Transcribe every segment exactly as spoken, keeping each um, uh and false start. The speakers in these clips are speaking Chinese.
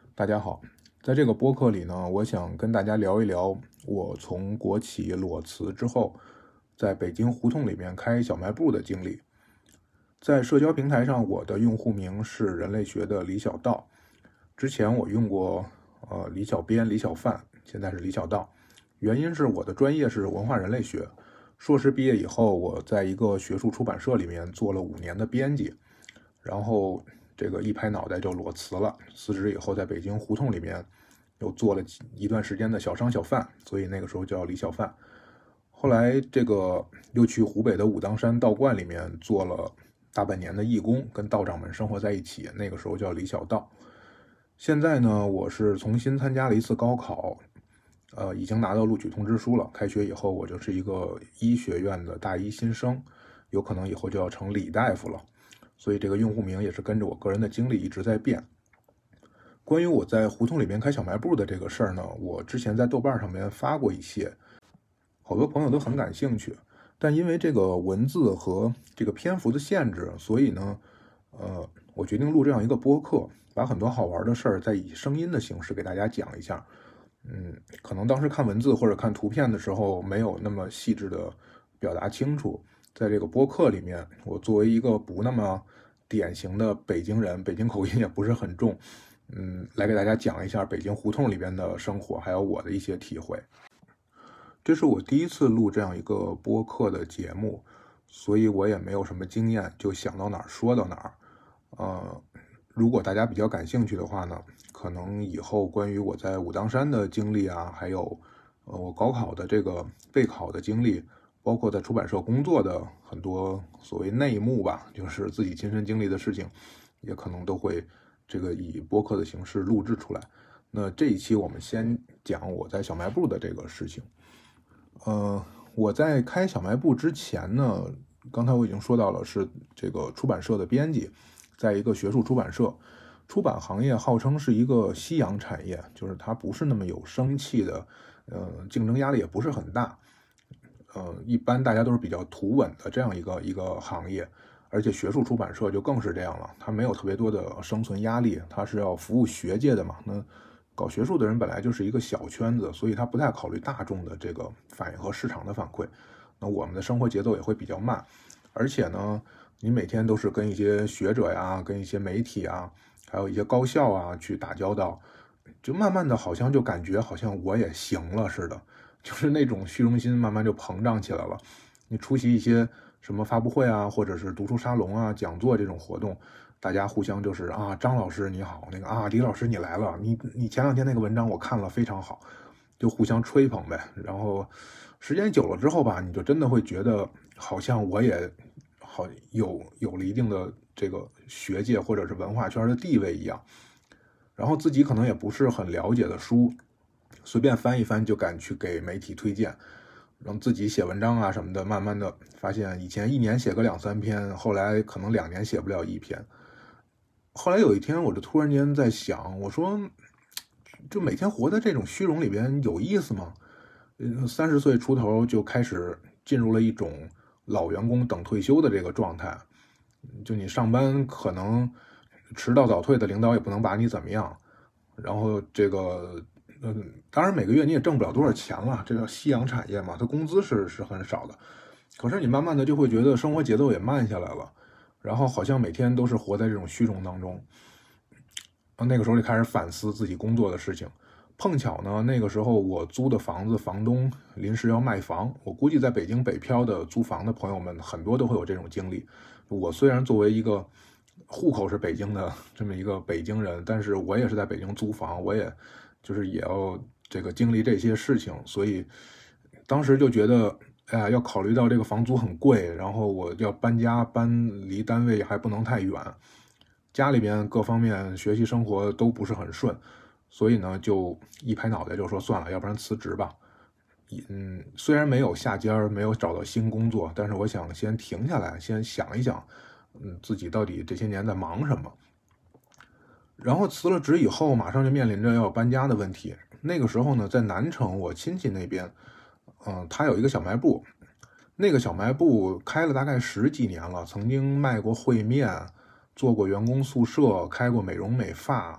大家好，在这个播客里呢，我想跟大家聊一聊我从国企裸辞之后，在北京胡同里面开小卖部的经历。在社交平台上，我的用户名是人类学的李小道。之前我用过呃李小编、李小范，现在是李小道。原因是我的专业是文化人类学，硕士毕业以后，我在一个学术出版社里面做了五年的编辑，然后这个一拍脑袋就裸辞了。辞职以后，在北京胡同里面又做了一段时间的小商小贩，所以那个时候叫李小贩。后来这个又去湖北的武当山道观里面做了大半年的义工，跟道长们生活在一起，那个时候叫李小道。现在呢，我是重新参加了一次高考，呃，已经拿到录取通知书了。开学以后，我就是一个医学院的大一新生，有可能以后就要成李大夫了。所以这个用户名也是跟着我个人的经历一直在变。关于我在胡同里面开小卖部的这个事儿呢，我之前在豆瓣上面发过一些，好多朋友都很感兴趣，但因为这个文字和这个篇幅的限制，所以呢，呃，我决定录这样一个播客，把很多好玩的事儿再以声音的形式给大家讲一下。嗯，可能当时看文字或者看图片的时候没有那么细致的表达清楚，在这个播客里面，我作为一个不那么典型的北京人，北京口音也不是很重，嗯，来给大家讲一下北京胡同里边的生活，还有我的一些体会。这是我第一次录这样一个播客的节目，所以我也没有什么经验，就想到哪儿说到哪儿。呃，如果大家比较感兴趣的话呢，可能以后关于我在武当山的经历啊，还有呃我高考的这个备考的经历，包括在出版社工作的很多所谓内幕吧，就是自己亲身经历的事情，也可能都会这个以播客的形式录制出来。那这一期我们先讲我在小卖部的这个事情。呃，我在开小卖部之前呢，刚才我已经说到了，是这个出版社的编辑，在一个学术出版社。出版行业号称是一个夕阳产业，就是它不是那么有生气的，呃，竞争压力也不是很大，呃，一般大家都是比较图稳的这样一个一个行业，而且学术出版社就更是这样了，它没有特别多的生存压力，它是要服务学界的嘛，那搞学术的人本来就是一个小圈子，所以他不太考虑大众的这个反应和市场的反馈。那我们的生活节奏也会比较慢，而且呢，你每天都是跟一些学者呀、跟一些媒体啊，还有一些高校啊去打交道，就慢慢的好像就感觉好像我也行了似的，就是那种虚荣心慢慢就膨胀起来了。你出席一些什么发布会啊，或者是读书沙龙啊、讲座这种活动，大家互相就是啊，张老师你好，那个啊，李老师你来了，你你前两天那个文章我看了非常好，就互相吹捧呗。然后时间久了之后吧，你就真的会觉得好像我也好有有了一定的这个学界或者是文化圈的地位一样。然后自己可能也不是很了解的书，随便翻一翻就敢去给媒体推荐。让自己写文章啊什么的，慢慢的发现以前一年写个两三篇，后来可能两年写不了一篇。后来有一天我就突然间在想，我说就每天活在这种虚荣里边有意思吗？三十岁出头就开始进入了一种老员工等退休的这个状态，就你上班可能迟到早退的领导也不能把你怎么样，然后这个嗯，当然每个月你也挣不了多少钱了，这叫夕阳产业嘛，它工资是是很少的，可是你慢慢的就会觉得生活节奏也慢下来了，然后好像每天都是活在这种虚荣当中。那个时候就开始反思自己工作的事情。碰巧呢，那个时候我租的房子房东临时要卖房，我估计在北京北漂的租房的朋友们很多都会有这种经历。我虽然作为一个户口是北京的这么一个北京人，但是我也是在北京租房，我也就是也要这个经历这些事情，所以当时就觉得，哎呀，要考虑到这个房租很贵，然后我要搬家，搬离单位还不能太远，家里边各方面学习生活都不是很顺，所以呢，就一拍脑袋就说算了，要不然辞职吧。嗯，虽然没有下家，没有找到新工作，但是我想先停下来，先想一想，嗯，自己到底这些年在忙什么。然后辞了职以后，马上就面临着要搬家的问题。那个时候呢，在南城，我亲戚那边，嗯，他有一个小卖部，那个小卖部开了大概十几年了，曾经卖过烩面，做过员工宿舍，开过美容美发，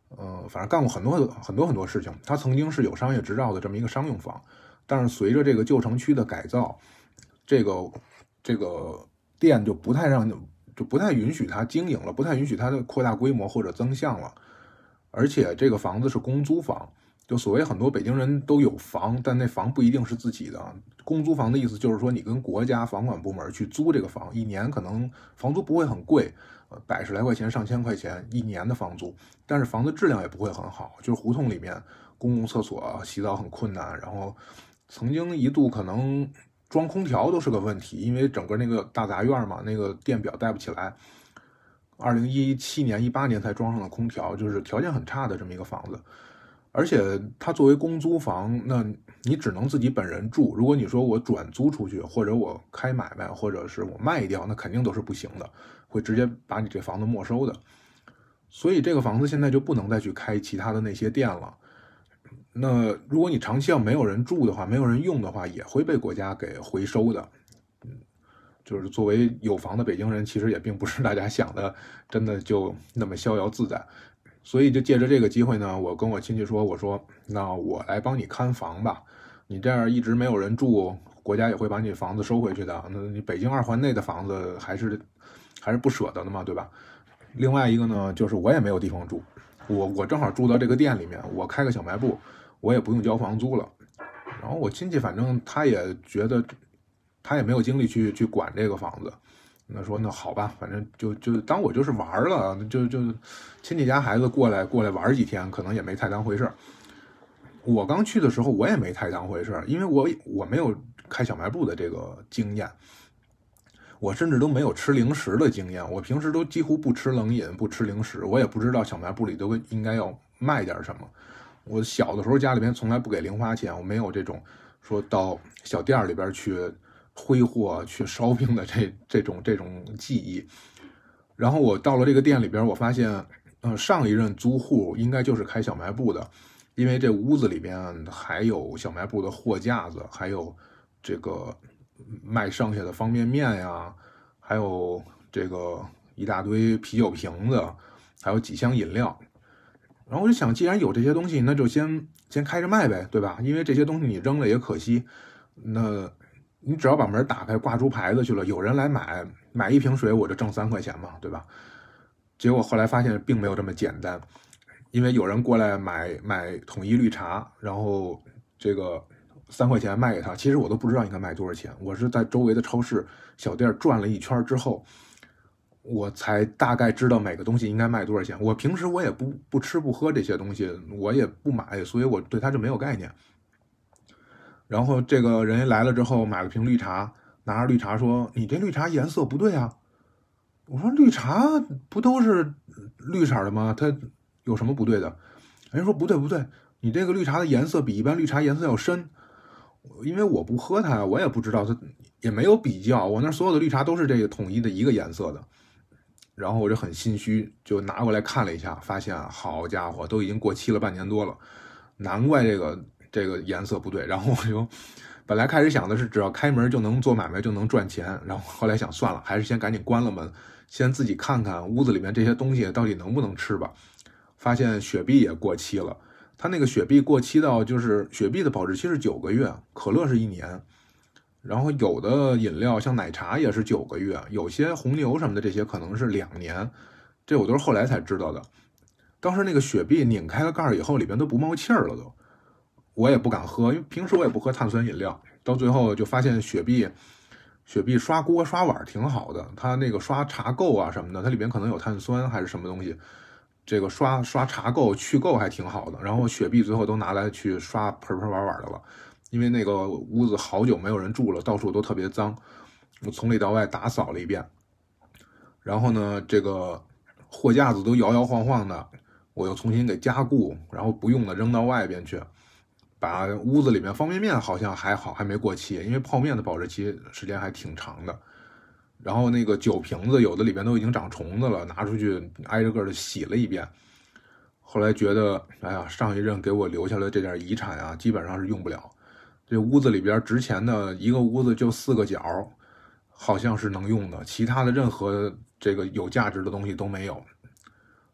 呃，反正干过很多很多很多事情。它曾经是有商业执照的这么一个商用房，但是随着这个旧城区的改造，这个这个店就不太让就不太允许它经营了，不太允许它的扩大规模或者增项了。而且这个房子是公租房，就所谓很多北京人都有房，但那房不一定是自己的。公租房的意思就是说，你跟国家房管部门去租这个房，一年可能房租不会很贵，呃，百十来块钱、上千块钱一年的房租，但是房子质量也不会很好，就是胡同里面公共厕所洗澡很困难，然后曾经一度可能装空调都是个问题，因为整个那个大杂院嘛，那个电表带不起来。二零一七年、一八年才装上了空调，就是条件很差的这么一个房子。而且它作为公租房，那你只能自己本人住。如果你说我转租出去，或者我开买卖，或者是我卖掉，那肯定都是不行的，会直接把你这房子没收的。所以这个房子现在就不能再去开其他的那些店了。那如果你长期要没有人住的话，没有人用的话，也会被国家给回收的。就是作为有房的北京人，其实也并不是大家想的真的就那么逍遥自在。所以就借着这个机会呢，我跟我亲戚说，我说那我来帮你看房吧，你这样一直没有人住，国家也会把你房子收回去的。那你北京二环内的房子还是还是不舍得的嘛，对吧？另外一个呢，就是我也没有地方住，我我正好住到这个店里面，我开个小卖部，我也不用交房租了。然后我亲戚反正他也觉得他也没有精力去去管这个房子。那说那好吧，反正就就当我就是玩了，就就亲戚家孩子过来过来玩几天，可能也没太当回事。我刚去的时候，我也没太当回事，因为我我没有开小卖部的这个经验，我甚至都没有吃零食的经验。我平时都几乎不吃冷饮，不吃零食，我也不知道小卖部里都应该要卖点什么。我小的时候家里边从来不给零花钱，我没有这种说到小店里边去挥霍去烧饼的这这种这种记忆。然后我到了这个店里边，我发现，呃，上一任租户应该就是开小卖部的，因为这屋子里边还有小卖部的货架子，还有这个卖剩下的方便面呀，还有这个一大堆啤酒瓶子，还有几箱饮料。然后我就想，既然有这些东西，那就先先开着卖呗，对吧？因为这些东西你扔了也可惜，那你只要把门打开，挂出牌子去了，有人来买，买一瓶水我就挣三块钱嘛，对吧？结果后来发现并没有这么简单，因为有人过来买买统一绿茶，然后这个三块钱卖给他，其实我都不知道应该卖多少钱，我是在周围的超市小店转了一圈之后，我才大概知道每个东西应该卖多少钱。我平时我也不不吃不喝这些东西，我也不买，所以我对它就没有概念。然后这个人来了之后，买了瓶绿茶，拿着绿茶说：“你这绿茶颜色不对啊。”我说：“绿茶不都是绿色的吗？它有什么不对的？”人说：“不对不对，你这个绿茶的颜色比一般绿茶颜色要深。”因为我不喝它，我也不知道，它也没有比较，我那所有的绿茶都是这个统一的一个颜色的。然后我就很心虚，就拿过来看了一下，发现好家伙，都已经过期了半年多了，难怪这个这个颜色不对。然后我就本来开始想的是只要开门就能做买卖就能赚钱，然后后来想算了，还是先赶紧关了门，先自己看看屋子里面这些东西到底能不能吃吧。发现雪碧也过期了，它那个雪碧过期到就是雪碧的保质期是九个月，可乐是一年。然后有的饮料像奶茶也是九个月，有些红牛什么的这些可能是两年，这我都是后来才知道的。当时那个雪碧拧开了盖以后，里边都不冒气儿了都，我也不敢喝，因为平时我也不喝碳酸饮料。到最后就发现雪碧，雪碧刷锅刷碗挺好的，它那个刷茶垢啊什么的，它里边可能有碳酸还是什么东西，这个刷刷茶垢去垢还挺好的。然后雪碧最后都拿来去刷盆盆碗碗的了。因为那个屋子好久没有人住了，到处都特别脏，我从里到外打扫了一遍。然后呢，这个货架子都摇摇晃晃的，我又重新给加固，然后不用的扔到外边去。把屋子里面方便面好像还好，还没过期，因为泡面的保质期时间还挺长的。然后那个酒瓶子有的里边都已经长虫子了，拿出去挨着个的洗了一遍。后来觉得，哎呀，上一任给我留下的这点遗产啊，基本上是用不了。这屋子里边值钱的一个屋子就四个角，好像是能用的，其他的任何这个有价值的东西都没有。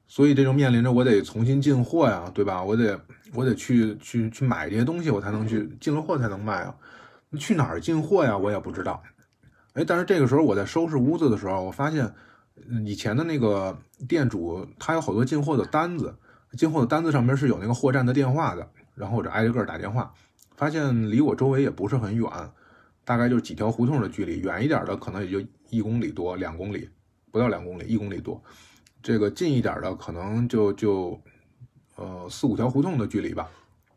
所以这就面临着我得重新进货呀，对吧？我得我得去去去买这些东西，我才能去进了货才能卖啊。去哪儿进货呀？我也不知道。哎，但是这个时候我在收拾屋子的时候，我发现以前的那个店主他有好多进货的单子，进货的单子上面是有那个货站的电话的，然后我就挨着个打电话，发现离我周围也不是很远，大概就是几条胡同的距离，远一点的可能也就一公里多、两公里，不到两公里，一公里多。这个近一点的可能就就呃四五条胡同的距离吧。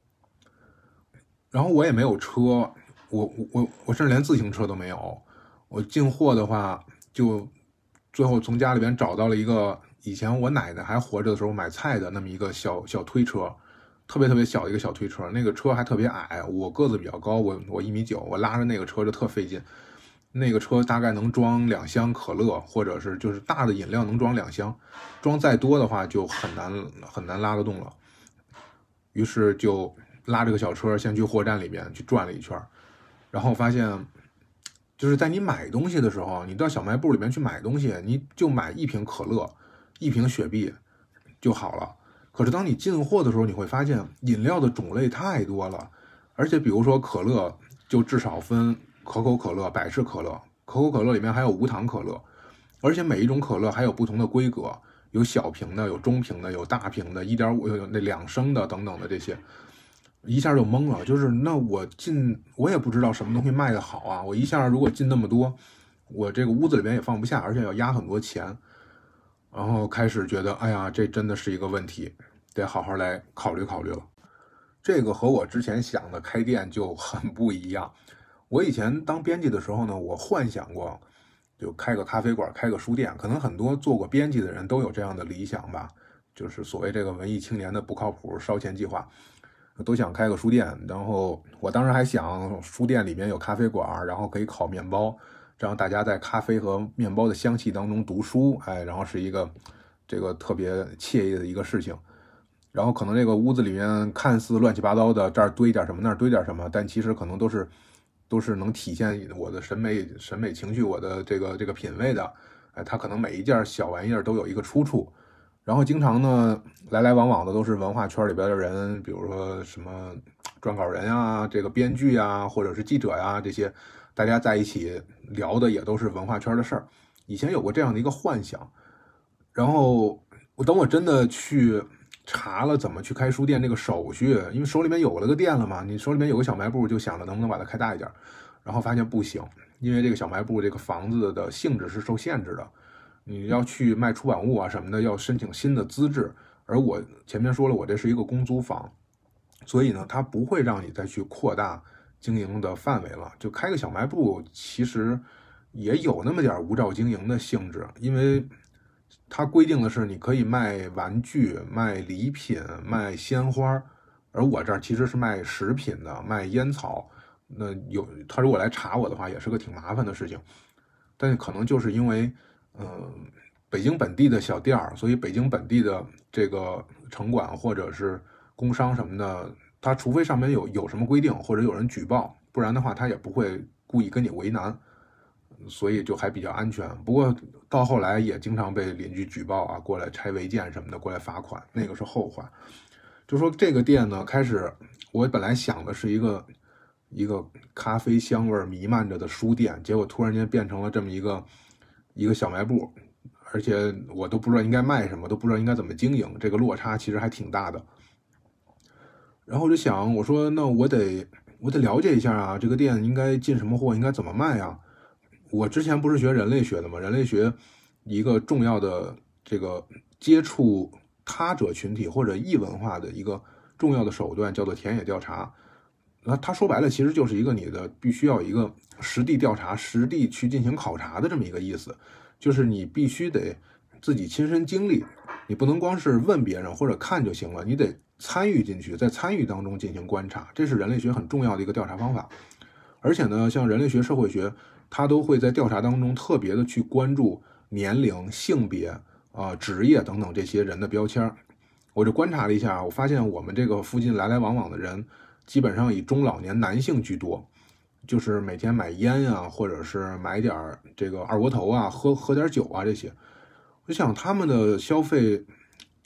然后我也没有车，我我我甚至连自行车都没有。我进货的话，就最后从家里边找到了一个以前我奶奶还活着的时候买菜的那么一个小小推车，特别特别小的一个小推车，那个车还特别矮，我个子比较高，我我一米九，我拉着那个车就特费劲。那个车大概能装两箱可乐，或者是就是大的饮料能装两箱，装再多的话就很难很难拉得动了。于是就拉这个小车先去货站里面去转了一圈，然后发现就是在你买东西的时候，你到小卖部里面去买东西，你就买一瓶可乐一瓶雪碧就好了。可是当你进货的时候，你会发现饮料的种类太多了，而且比如说可乐就至少分可口可乐、百事可乐，可口可乐里面还有无糖可乐，而且每一种可乐还有不同的规格，有小瓶的，有中瓶的，有大瓶的，一点五有那两升的等等的这些，一下就懵了。就是那我进我也不知道什么东西卖的好啊，我一下如果进那么多，我这个屋子里面也放不下，而且要压很多钱，然后开始觉得哎呀，这真的是一个问题，得好好来考虑考虑了。这个和我之前想的开店就很不一样。我以前当编辑的时候呢，我幻想过就开个咖啡馆，开个书店，可能很多做过编辑的人都有这样的理想吧，就是所谓这个文艺青年的不靠谱烧钱计划，都想开个书店。然后我当时还想书店里面有咖啡馆，然后可以烤面包，让大家在咖啡和面包的香气当中读书，哎，然后是一个这个特别惬意的一个事情。然后可能这个屋子里面看似乱七八糟的，这儿堆点什么那儿堆点什么，但其实可能都是都是能体现我的审美审美情绪，我的这个这个品味的。哎，它可能每一件小玩意儿都有一个出处。然后经常呢来来往往的都是文化圈里边的人，比如说什么撰稿人啊，这个编剧啊，或者是记者呀，这些大家在一起聊的也都是文化圈的事儿。以前有过这样的一个幻想，然后我等我真的去查了怎么去开书店这个手续，因为手里面有了个店了嘛，你手里面有个小卖部，就想着能不能把它开大一点，然后发现不行，因为这个小卖部这个房子的性质是受限制的，你要去卖出版物啊什么的要申请新的资质，而我前面说了，我这是一个公租房，所以呢，它不会让你再去扩大经营的范围了。就开个小卖部，其实也有那么点无照经营的性质，因为它规定的是你可以卖玩具、卖礼品、卖鲜花，而我这儿其实是卖食品的、卖烟草。那有他如果来查我的话，也是个挺麻烦的事情。但可能就是因为，嗯、呃，北京本地的小店儿，所以北京本地的这个城管或者是工商什么的，他除非上面有有什么规定或者有人举报，不然的话他也不会故意跟你为难。所以就还比较安全，不过到后来也经常被邻居举报啊，过来拆违建什么的，过来罚款，那个是后话。就说这个店呢，开始我本来想的是一个一个咖啡香味弥漫着的书店，结果突然间变成了这么一个一个小卖部，而且我都不知道应该卖什么，都不知道应该怎么经营，这个落差其实还挺大的。然后我就想，我说那我得我得了解一下啊，这个店应该进什么货，应该怎么卖啊。我之前不是学人类学的吗？人类学一个重要的这个接触他者群体或者异文化的一个重要的手段叫做田野调查。那他说白了其实就是一个你的必须要有一个实地调查、实地去进行考察的这么一个意思，就是你必须得自己亲身经历，你不能光是问别人或者看就行了，你得参与进去，在参与当中进行观察，这是人类学很重要的一个调查方法。而且呢，像人类学、社会学，他都会在调查当中特别的去关注年龄、性别、啊、呃、职业等等这些人的标签。我就观察了一下，我发现我们这个附近来来往往的人，基本上以中老年男性居多，就是每天买烟啊，或者是买点这个二锅头啊，喝喝点酒啊这些。我想他们的消费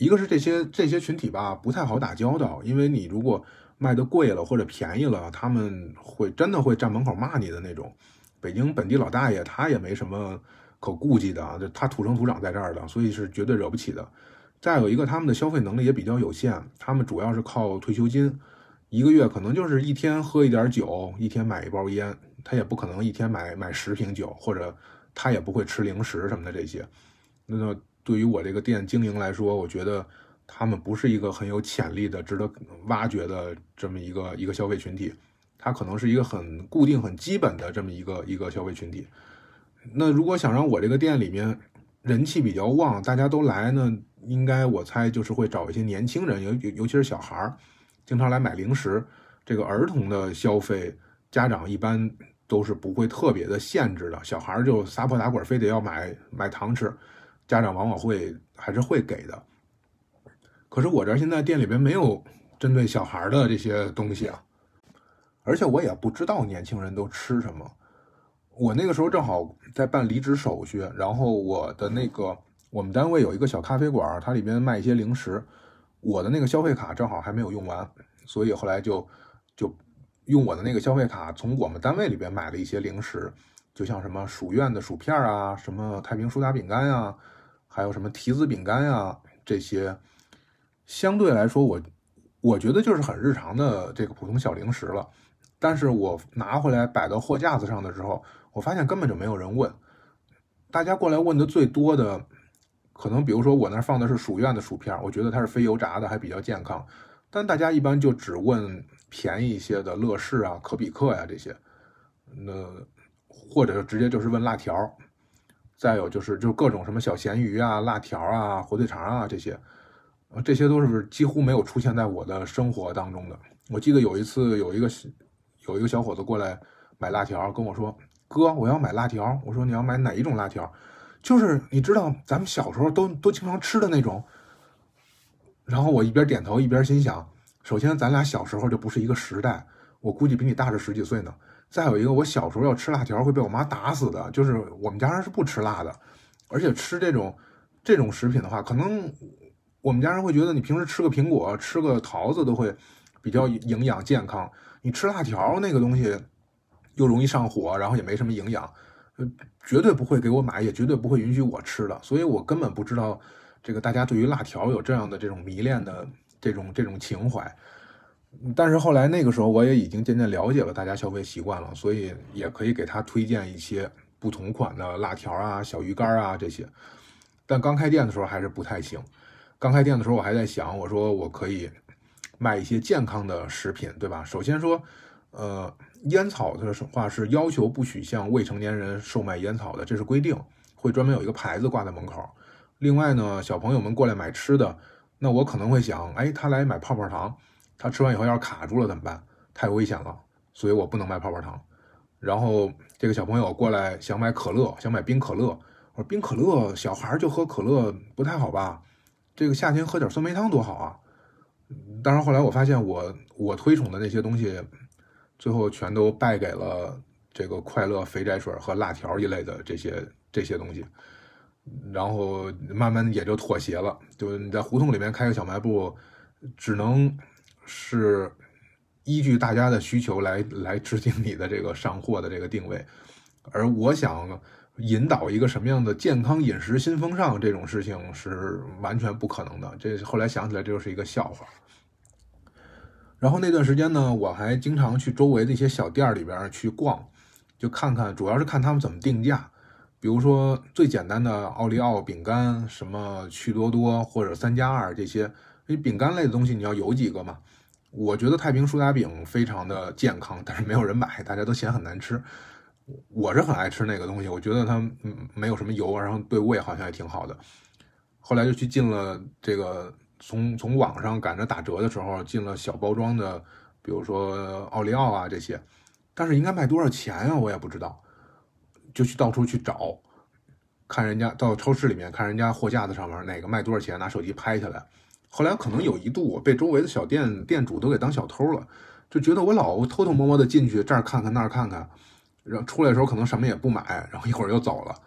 一个是这些这些群体吧不太好打交道，因为你如果卖的贵了或者便宜了，他们会真的会站门口骂你的那种。北京本地老大爷他也没什么可顾忌的，就他土生土长在这儿的，所以是绝对惹不起的。再有一个，他们的消费能力也比较有限，他们主要是靠退休金，一个月可能就是一天喝一点酒，一天买一包烟，他也不可能一天买买十瓶酒，或者他也不会吃零食什么的这些。那对于我这个店经营来说，我觉得他们不是一个很有潜力的、值得挖掘的这么一个一个消费群体，它可能是一个很固定、很基本的这么一个一个消费群体。那如果想让我这个店里面人气比较旺，大家都来呢，应该我猜就是会找一些年轻人，尤尤其是小孩经常来买零食。这个儿童的消费，家长一般都是不会特别的限制的，小孩就撒泼打滚，非得要买买糖吃，家长往往会还是会给的。可是我这现在店里边没有针对小孩的这些东西啊，而且我也不知道年轻人都吃什么。我那个时候正好在办离职手续，然后我的那个我们单位有一个小咖啡馆，它里面卖一些零食，我的那个消费卡正好还没有用完，所以后来就就用我的那个消费卡从我们单位里边买了一些零食，就像什么蜀苑的薯片啊，什么太平苏打饼干啊，还有什么提子饼干啊，这些相对来说我我觉得就是很日常的这个普通小零食了。但是我拿回来摆到货架子上的时候，我发现根本就没有人问。大家过来问的最多的，可能比如说我那儿放的是蜀苑的薯片，我觉得它是非油炸的，还比较健康。但大家一般就只问便宜一些的乐事啊、可比克呀、这些，那或者直接就是问辣条。再有就是就各种什么小咸鱼啊、辣条啊、火腿肠啊这些，这些都是几乎没有出现在我的生活当中的。我记得有一次有一个有一个小伙子过来买辣条，跟我说：“哥，我要买辣条。”我说：“你要买哪一种辣条？”就是你知道咱们小时候都都经常吃的那种。然后我一边点头一边心想，首先咱俩小时候就不是一个时代，我估计比你大着十几岁呢。再有一个，我小时候要吃辣条会被我妈打死的，就是我们家人是不吃辣的，而且吃这种这种食品的话，可能我们家人会觉得你平时吃个苹果、吃个桃子都会比较营养健康，你吃辣条那个东西又容易上火，然后也没什么营养，绝对不会给我买，也绝对不会允许我吃的。所以我根本不知道这个大家对于辣条有这样的这种迷恋的这种这种情怀。但是后来那个时候我也已经渐渐了解了大家消费习惯了，所以也可以给他推荐一些不同款的辣条啊、小鱼干啊这些。但刚开店的时候还是不太行。刚开店的时候我还在想，我说我可以卖一些健康的食品，对吧？首先说，呃，烟草的话是要求不许向未成年人售卖烟草的，这是规定，会专门有一个牌子挂在门口。另外呢，小朋友们过来买吃的，那我可能会想，哎，他来买泡泡糖，他吃完以后要是卡住了怎么办？太危险了，所以我不能卖泡泡糖。然后这个小朋友过来想买可乐，想买冰可乐，我说冰可乐小孩就喝可乐不太好吧？这个夏天喝点酸梅汤多好啊！当然后来我发现我我推崇的那些东西，最后全都败给了这个快乐肥宅水和辣条一类的这些这些东西。然后慢慢也就妥协了，就你在胡同里面开个小卖部，只能是依据大家的需求来来制定你的这个上货的这个定位。而我想引导一个什么样的健康饮食新风尚，这种事情是完全不可能的。这后来想起来，这就是一个笑话。然后那段时间呢，我还经常去周围的一些小店里边去逛，就看看，主要是看他们怎么定价。比如说最简单的奥利奥饼干，什么趣多多或者三加二这些，因为饼干类的东西你要有几个嘛。我觉得太平苏打饼非常的健康，但是没有人买，大家都嫌很难吃。我是很爱吃那个东西，我觉得它没有什么油，然后对胃好像也挺好的。后来就去进了这个从从网上赶着打折的时候进了小包装的，比如说奥利奥啊这些，但是应该卖多少钱啊我也不知道，就去到处去找，看人家到超市里面看人家货架子上面哪个卖多少钱，拿手机拍下来。后来可能有一度我被周围的小店店主都给当小偷了，就觉得我老偷偷摸摸的进去这儿看看那儿看看，然后出来的时候可能什么也不买，然后一会儿又走了。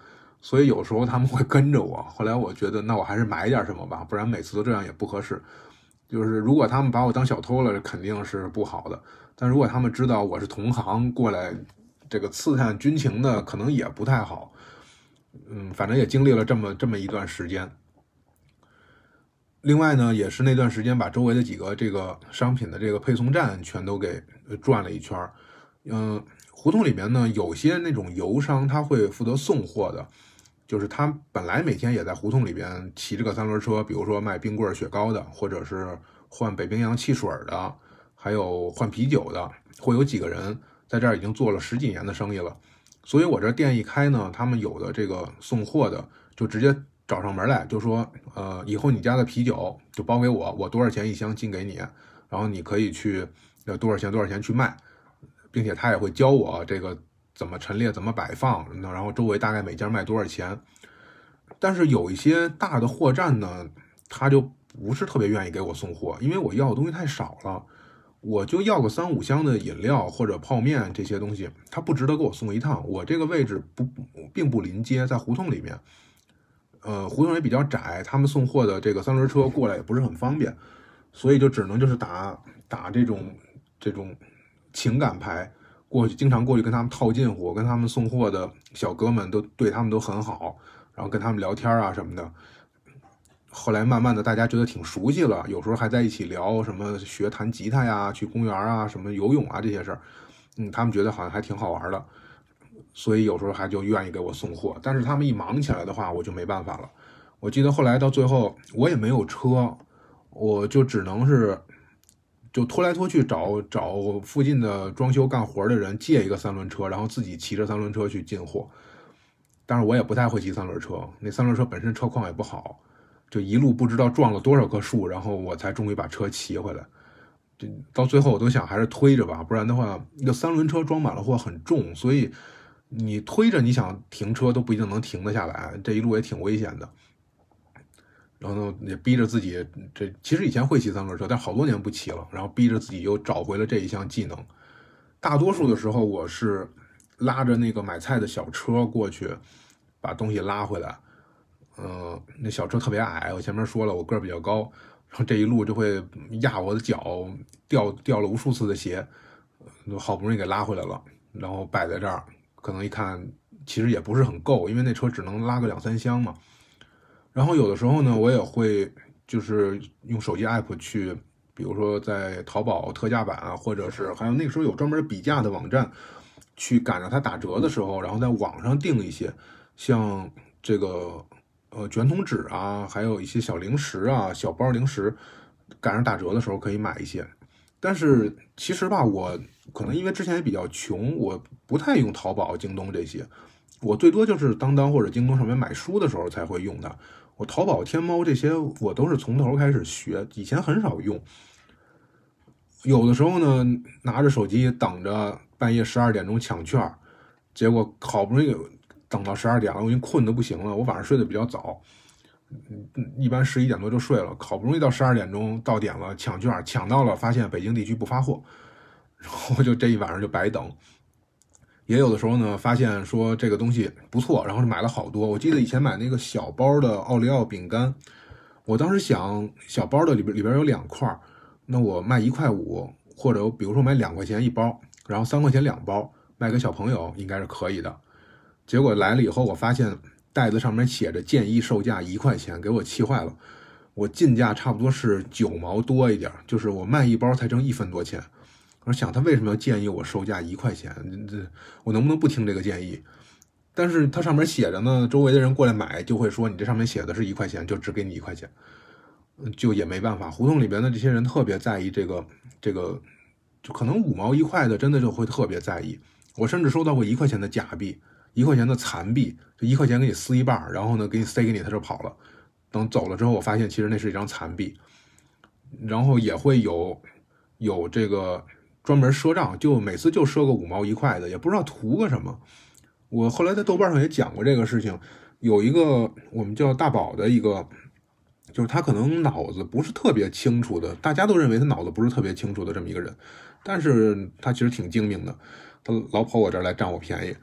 所以有时候他们会跟着我。后来我觉得那我还是买点什么吧，不然每次都这样也不合适。就是如果他们把我当小偷了，肯定是不好的，但如果他们知道我是同行过来这个刺探军情的，可能也不太好。嗯，反正也经历了这么这么一段时间。另外呢，也是那段时间把周围的几个这个商品的这个配送站全都给转了一圈。嗯，胡同里面呢有些那种油商他会负责送货的，就是他本来每天也在胡同里边骑着个三轮车，比如说卖冰棍雪糕的，或者是换北冰洋汽水的，还有换啤酒的，会有几个人在这儿已经做了十几年的生意了。所以我这店一开呢，他们有的这个送货的就直接找上门来，就说呃，以后你家的啤酒就包给我，我多少钱一箱进给你，然后你可以去呃多少钱多少钱去卖，并且他也会教我这个怎么陈列怎么摆放，然后周围大概每家卖多少钱。但是有一些大的货站呢，他就不是特别愿意给我送货，因为我要的东西太少了，我就要个三五箱的饮料或者泡面这些东西，他不值得给我送一趟。我这个位置不并不临街，在胡同里面，呃，胡同也比较窄，他们送货的这个三轮车过来也不是很方便，所以就只能就是打打这种这种情感牌过去，经常过去跟他们套近乎，跟他们送货的小哥们都对他们都很好，然后跟他们聊天啊什么的。后来慢慢的大家觉得挺熟悉了，有时候还在一起聊什么学弹吉他呀，去公园啊，什么游泳啊这些事儿，嗯，他们觉得好像还挺好玩的，所以有时候还就愿意给我送货。但是他们一忙起来的话，我就没办法了。我记得后来到最后我也没有车，我就只能是就拖来拖去找找附近的装修干活的人借一个三轮车，然后自己骑着三轮车去进货。但是我也不太会骑三轮车，那三轮车本身车况也不好，就一路不知道撞了多少棵树，然后我才终于把车骑回来。这到最后我都想还是推着吧，不然的话，那三轮车装满了货很重，所以你推着你想停车都不一定能停得下来，这一路也挺危险的。然后呢，也逼着自己，这其实以前会骑三轮车，但好多年不骑了，然后逼着自己又找回了这一项技能。大多数的时候我是拉着那个买菜的小车过去，把东西拉回来。嗯、呃，那小车特别矮，我前面说了我个儿比较高，然后这一路就会压我的脚，掉掉了无数次的鞋，好不容易给拉回来了，然后摆在这儿，可能一看其实也不是很够，因为那车只能拉个两三箱嘛。然后有的时候呢，我也会就是用手机 app 去，比如说在淘宝特价版啊，或者是还有那个时候有专门比价的网站，去赶上它打折的时候，然后在网上订一些像这个呃卷筒纸啊，还有一些小零食啊、小包零食，赶上打折的时候可以买一些。但是其实吧，我可能因为之前也比较穷，我不太用淘宝、京东这些，我最多就是当当或者京东上面买书的时候才会用它。我淘宝、天猫这些我都是从头开始学，以前很少用。有的时候呢，拿着手机等着半夜十二点钟抢券，结果好不容易等到十二点了，我已经困得不行了。我晚上睡得比较早，一般十一点多就睡了。好不容易到十二点钟到点了，抢券抢到了，发现北京地区不发货，然后就这一晚上就白等。也有的时候呢，发现说这个东西不错，然后买了好多。我记得以前买那个小包的奥利奥饼干，我当时想小包的里边里边有两块，那我卖一块五，或者比如说买两块钱一包，然后三块钱两包，卖给小朋友应该是可以的。结果来了以后，我发现袋子上面写着建议售价一块钱，给我气坏了。我进价差不多是九毛多一点，就是我卖一包才挣一分多钱。我想他为什么要建议我售价一块钱？这我能不能不听这个建议？但是它上面写着呢，周围的人过来买就会说你这上面写的是一块钱，就只给你一块钱，就也没办法。胡同里边的这些人特别在意这个这个，就可能五毛一块的真的就会特别在意。我甚至收到过一块钱的假币，一块钱的残币，就一块钱给你撕一半，然后呢给你塞给你，他就跑了。等走了之后，我发现其实那是一张残币。然后也会有有这个专门赊账，就每次就赊个五毛一块的，也不知道图个什么。我后来在豆瓣上也讲过这个事情，有一个我们叫大宝的一个，就是他可能脑子不是特别清楚的，大家都认为他脑子不是特别清楚的这么一个人，但是他其实挺精明的，他老跑我这儿来占我便宜。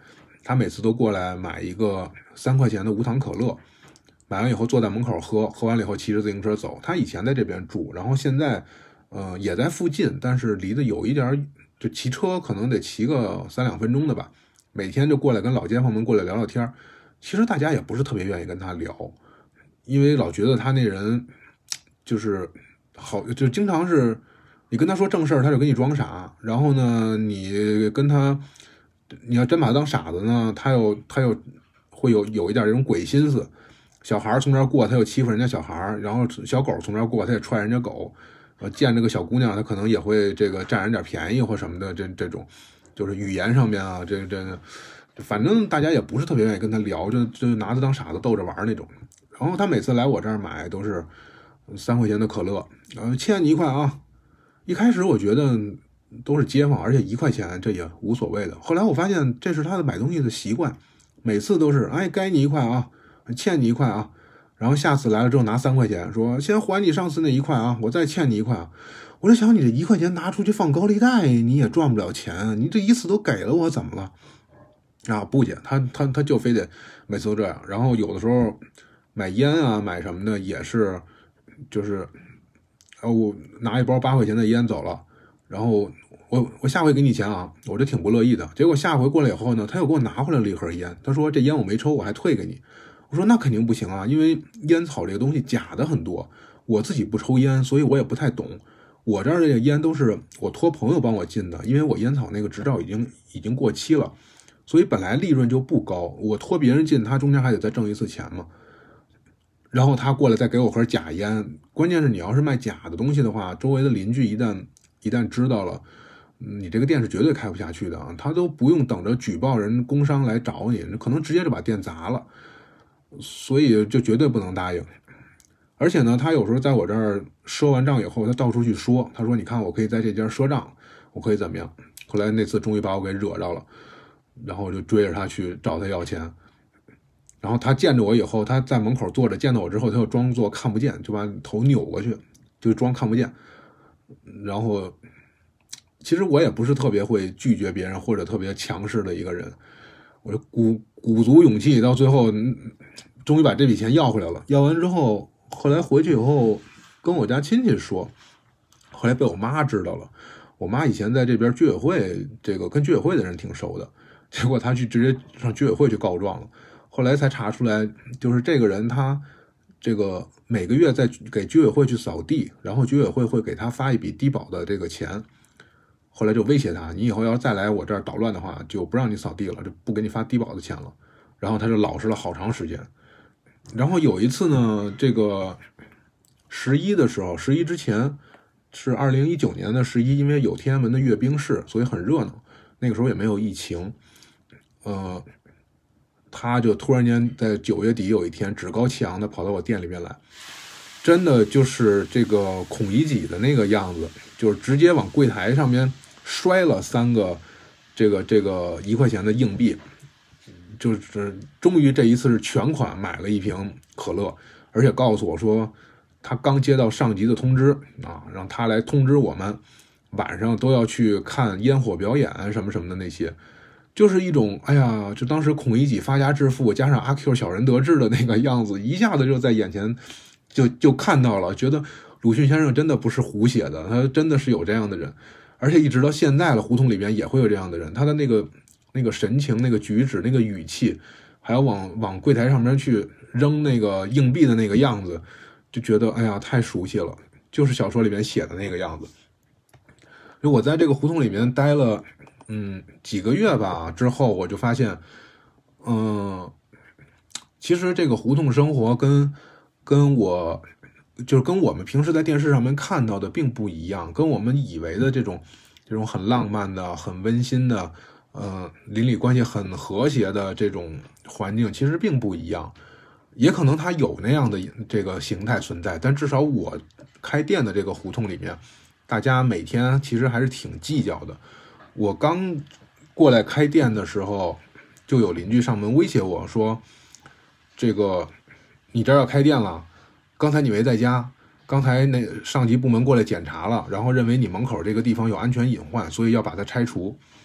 他每次都过来买一个三块钱的无糖可乐，买完以后坐在门口喝，喝完了以后骑着自行车走。他以前在这边住，然后现在呃也在附近，但是离得有一点，就骑车可能得骑个三两分钟的吧。每天就过来跟老街坊们过来聊聊天，其实大家也不是特别愿意跟他聊，因为老觉得他那人就是好，就经常是你跟他说正事儿，他就跟你装傻，然后呢，你跟他你要真把他当傻子呢，他又他又会有有一点这种鬼心思。小孩从这儿过，他又欺负人家小孩，然后小狗从这儿过，他也踹人家狗。呃，见这个小姑娘，他可能也会这个占人点便宜或什么的，这这种就是语言上面啊，这这反正大家也不是特别愿意跟他聊，就就拿他当傻子逗着玩那种。然后他每次来我这儿买都是三块钱的可乐，呃，欠你一块啊。一开始我觉得都是街坊，而且一块钱这也无所谓的。后来我发现这是他的买东西的习惯，每次都是哎该你一块啊，欠你一块啊。然后下次来了之后拿三块钱，说先还你上次那一块啊，我再欠你一块啊。我就想你这一块钱拿出去放高利贷，你也赚不了钱，你这一次都给了我怎么了？啊，不姐，他他他就非得每次都这样。然后有的时候买烟啊买什么的也是，就是呃我拿一包八块钱的烟走了，然后我我下回给你钱啊，我这挺不乐意的。结果下回过来以后呢，他又给我拿回来了一盒烟，他说这烟我没抽，我还退给你。我说那肯定不行啊，因为烟草这个东西假的很多，我自己不抽烟，所以我也不太懂。我这儿这个烟都是我托朋友帮我进的，因为我烟草那个执照已经已经过期了，所以本来利润就不高，我托别人进，他中间还得再挣一次钱嘛。然后他过来再给我盒假烟，关键是你要是卖假的东西的话，周围的邻居一旦一旦知道了，你这个店是绝对开不下去的啊！他都不用等着举报人工商来找你，可能直接就把店砸了。所以就绝对不能答应。而且呢，他有时候在我这儿赊完账以后，他到处去说，他说你看我可以在这家赊账，我可以怎么样。后来那次终于把我给惹着了，然后我就追着他去找他要钱。然后他见着我以后，他在门口坐着，见到我之后他就装作看不见，就把头扭过去，就装看不见。然后其实我也不是特别会拒绝别人或者特别强势的一个人，我就鼓鼓足勇气，到最后终于把这笔钱要回来了。要完之后，后来回去以后跟我家亲戚说，后来被我妈知道了。我妈以前在这边居委会，这个跟居委会的人挺熟的，结果她去直接上居委会去告状了。后来才查出来，就是这个人他这个每个月在给居委会去扫地，然后居委会会给他发一笔低保的这个钱。后来就威胁他，你以后要再来我这儿捣乱的话，就不让你扫地了，就不给你发低保的钱了。然后他就老实了好长时间。然后有一次呢，这个十一的时候，十一之前是二零一九年的十一，因为有天安门的阅兵式，所以很热闹。那个时候也没有疫情，呃，他就突然间在九月底有一天趾高气扬的跑到我店里面来，真的就是这个孔乙己的那个样子，就是直接往柜台上面摔了三个这个这个一块钱的硬币。就是终于这一次是全款买了一瓶可乐，而且告诉我说他刚接到上级的通知啊，让他来通知我们晚上都要去看烟火表演什么什么的那些，就是一种哎呀，就当时孔乙己发家致富加上阿 Q 小人得志的那个样子，一下子就在眼前就就看到了，觉得鲁迅先生真的不是胡写的，他真的是有这样的人，而且一直到现在了，胡同里边也会有这样的人，他的那个那个神情、那个举止、那个语气，还有往往柜台上面去扔那个硬币的那个样子，就觉得哎呀太熟悉了，就是小说里面写的那个样子。就我在这个胡同里面待了嗯几个月吧，之后我就发现，嗯，其实这个胡同生活跟跟我就是跟我们平时在电视上面看到的并不一样，跟我们以为的这种这种很浪漫的、很温馨的。呃，邻里关系很和谐的这种环境其实并不一样，也可能它有那样的这个形态存在，但至少我开店的这个胡同里面，大家每天其实还是挺计较的。我刚过来开店的时候，就有邻居上门威胁我说：“这个你这儿要开店了，刚才你没在家，刚才那上级部门过来检查了，然后认为你门口这个地方有安全隐患，所以要把它拆除。”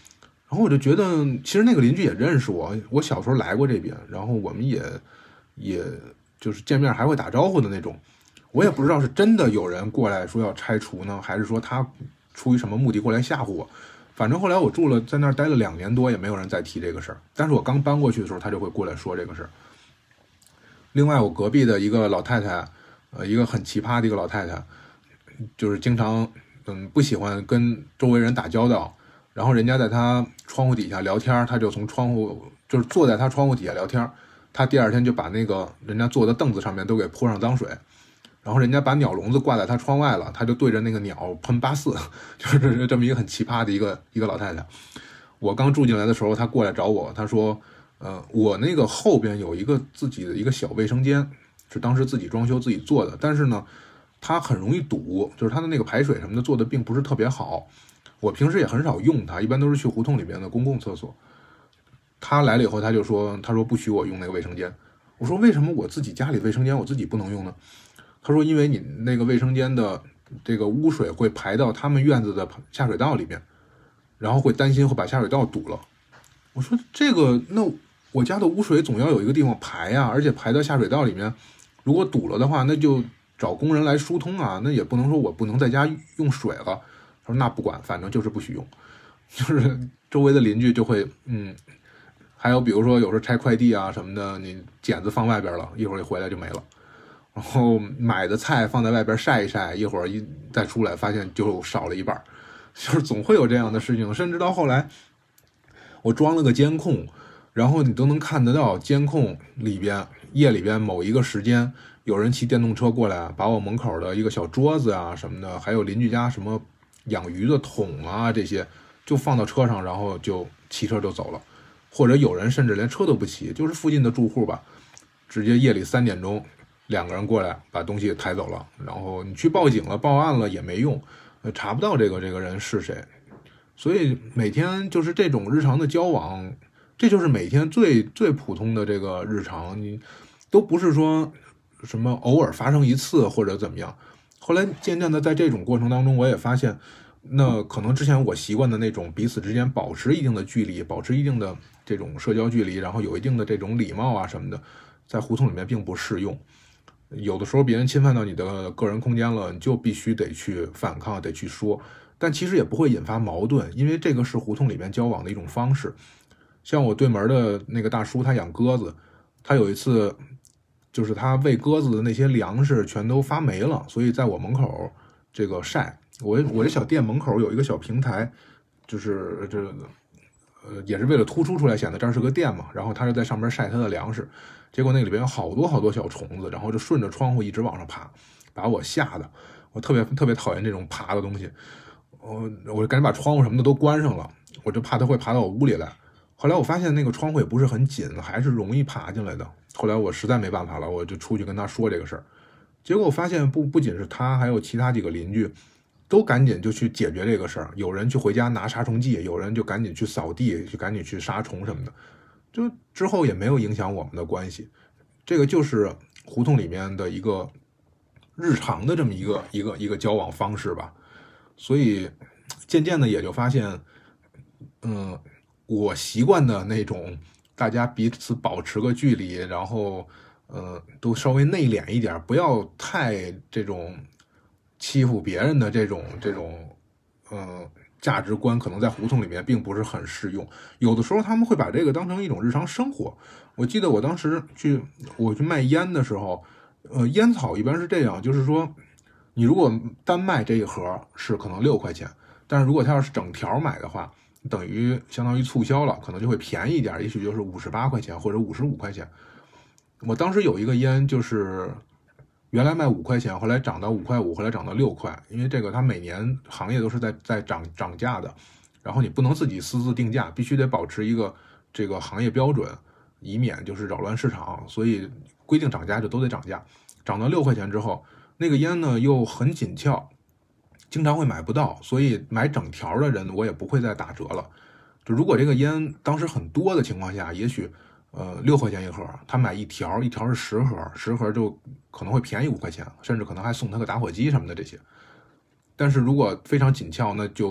然后我就觉得，其实那个邻居也认识我，我小时候来过这边，然后我们也也就是见面还会打招呼的那种。我也不知道是真的有人过来说要拆除呢，还是说他出于什么目的过来吓唬我。反正后来我住了，在那儿待了两年多，也没有人再提这个事儿。但是我刚搬过去的时候，他就会过来说这个事儿。另外，我隔壁的一个老太太，呃，一个很奇葩的一个老太太，就是经常嗯不喜欢跟周围人打交道。然后人家在他窗户底下聊天，他就从窗户就是坐在他窗户底下聊天，他第二天就把那个人家坐的凳子上面都给泼上脏水，然后人家把鸟笼子挂在他窗外了，他就对着那个鸟喷八四，就是这么一个很奇葩的一个一个老太太。我刚住进来的时候，他过来找我，他说，呃，我那个后边有一个自己的一个小卫生间，是当时自己装修自己做的，但是呢，它很容易堵，就是它的那个排水什么的做的并不是特别好。我平时也很少用它，一般都是去胡同里面的公共厕所。他来了以后，他就说，他说不许我用那个卫生间。我说为什么我自己家里卫生间我自己不能用呢？他说因为你那个卫生间的这个污水会排到他们院子的下水道里面，然后会担心会把下水道堵了。我说这个，那我家的污水总要有一个地方排呀，而且排到下水道里面，如果堵了的话，那就找工人来疏通啊，那也不能说我不能在家用水了。他说那不管，反正就是不许用。就是周围的邻居就会嗯，还有比如说有时候拆快递啊什么的，你剪子放外边了，一会儿一回来就没了。然后买的菜放在外边晒一晒，一会儿一再出来发现就少了一半。就是总会有这样的事情，甚至到后来我装了个监控，然后你都能看得到监控里边夜里边某一个时间有人骑电动车过来，把我门口的一个小桌子啊什么的，还有邻居家什么养鱼的桶啊这些就放到车上，然后就骑车就走了。或者有人甚至连车都不骑，就是附近的住户吧，直接夜里三点钟两个人过来把东西抬走了，然后你去报警了报案了也没用，查不到这个这个人是谁。所以每天就是这种日常的交往，这就是每天最最普通的这个日常，你都不是说什么偶尔发生一次或者怎么样。后来渐渐的在这种过程当中，我也发现那可能之前我习惯的那种彼此之间保持一定的距离，保持一定的这种社交距离，然后有一定的这种礼貌啊什么的，在胡同里面并不适用。有的时候别人侵犯到你的个人空间了，你就必须得去反抗，得去说，但其实也不会引发矛盾，因为这个是胡同里面交往的一种方式。像我对门的那个大叔，他养鸽子，他有一次就是他喂鸽子的那些粮食全都发霉了，所以在我门口这个晒。我我这小店门口有一个小平台，就是这呃也是为了突出出来，显得这儿是个店嘛。然后他就在上面晒他的粮食，结果那里边有好多好多小虫子，然后就顺着窗户一直往上爬，把我吓得我特别特别讨厌这种爬的东西。我我就赶紧把窗户什么的都关上了，我就怕它会爬到我屋里来。后来我发现那个窗户也不是很紧，还是容易爬进来的。后来我实在没办法了，我就出去跟他说这个事儿。结果我发现不不仅是他，还有其他几个邻居都赶紧就去解决这个事儿。有人去回家拿杀虫剂，有人就赶紧去扫地，去赶紧去杀虫什么的。就之后也没有影响我们的关系。这个就是胡同里面的一个日常的这么一个一个一个交往方式吧。所以渐渐的也就发现，嗯，我习惯的那种大家彼此保持个距离，然后呃都稍微内敛一点，不要太这种欺负别人的这种这种呃价值观，可能在胡同里面并不是很适用。有的时候他们会把这个当成一种日常生活。我记得我当时去我去卖烟的时候，呃，烟草一般是这样，就是说你如果单卖这一盒是可能六块钱，但是如果他要是整条买的话，等于相当于促销了，可能就会便宜一点，也许就是五十八块钱或者五十五块钱。我当时有一个烟就是原来卖五块钱，后来涨到五块五，后来涨到六块，因为这个它每年行业都是在在涨涨价的，然后你不能自己私自定价，必须得保持一个这个行业标准，以免就是扰乱市场，所以规定涨价就都得涨价。涨到六块钱之后，那个烟呢又很紧俏，经常会买不到，所以买整条的人我也不会再打折了。就如果这个烟当时很多的情况下，也许呃六块钱一盒，他买一条，一条是十盒，十盒就可能会便宜五块钱，甚至可能还送他个打火机什么的这些。但是如果非常紧俏，那就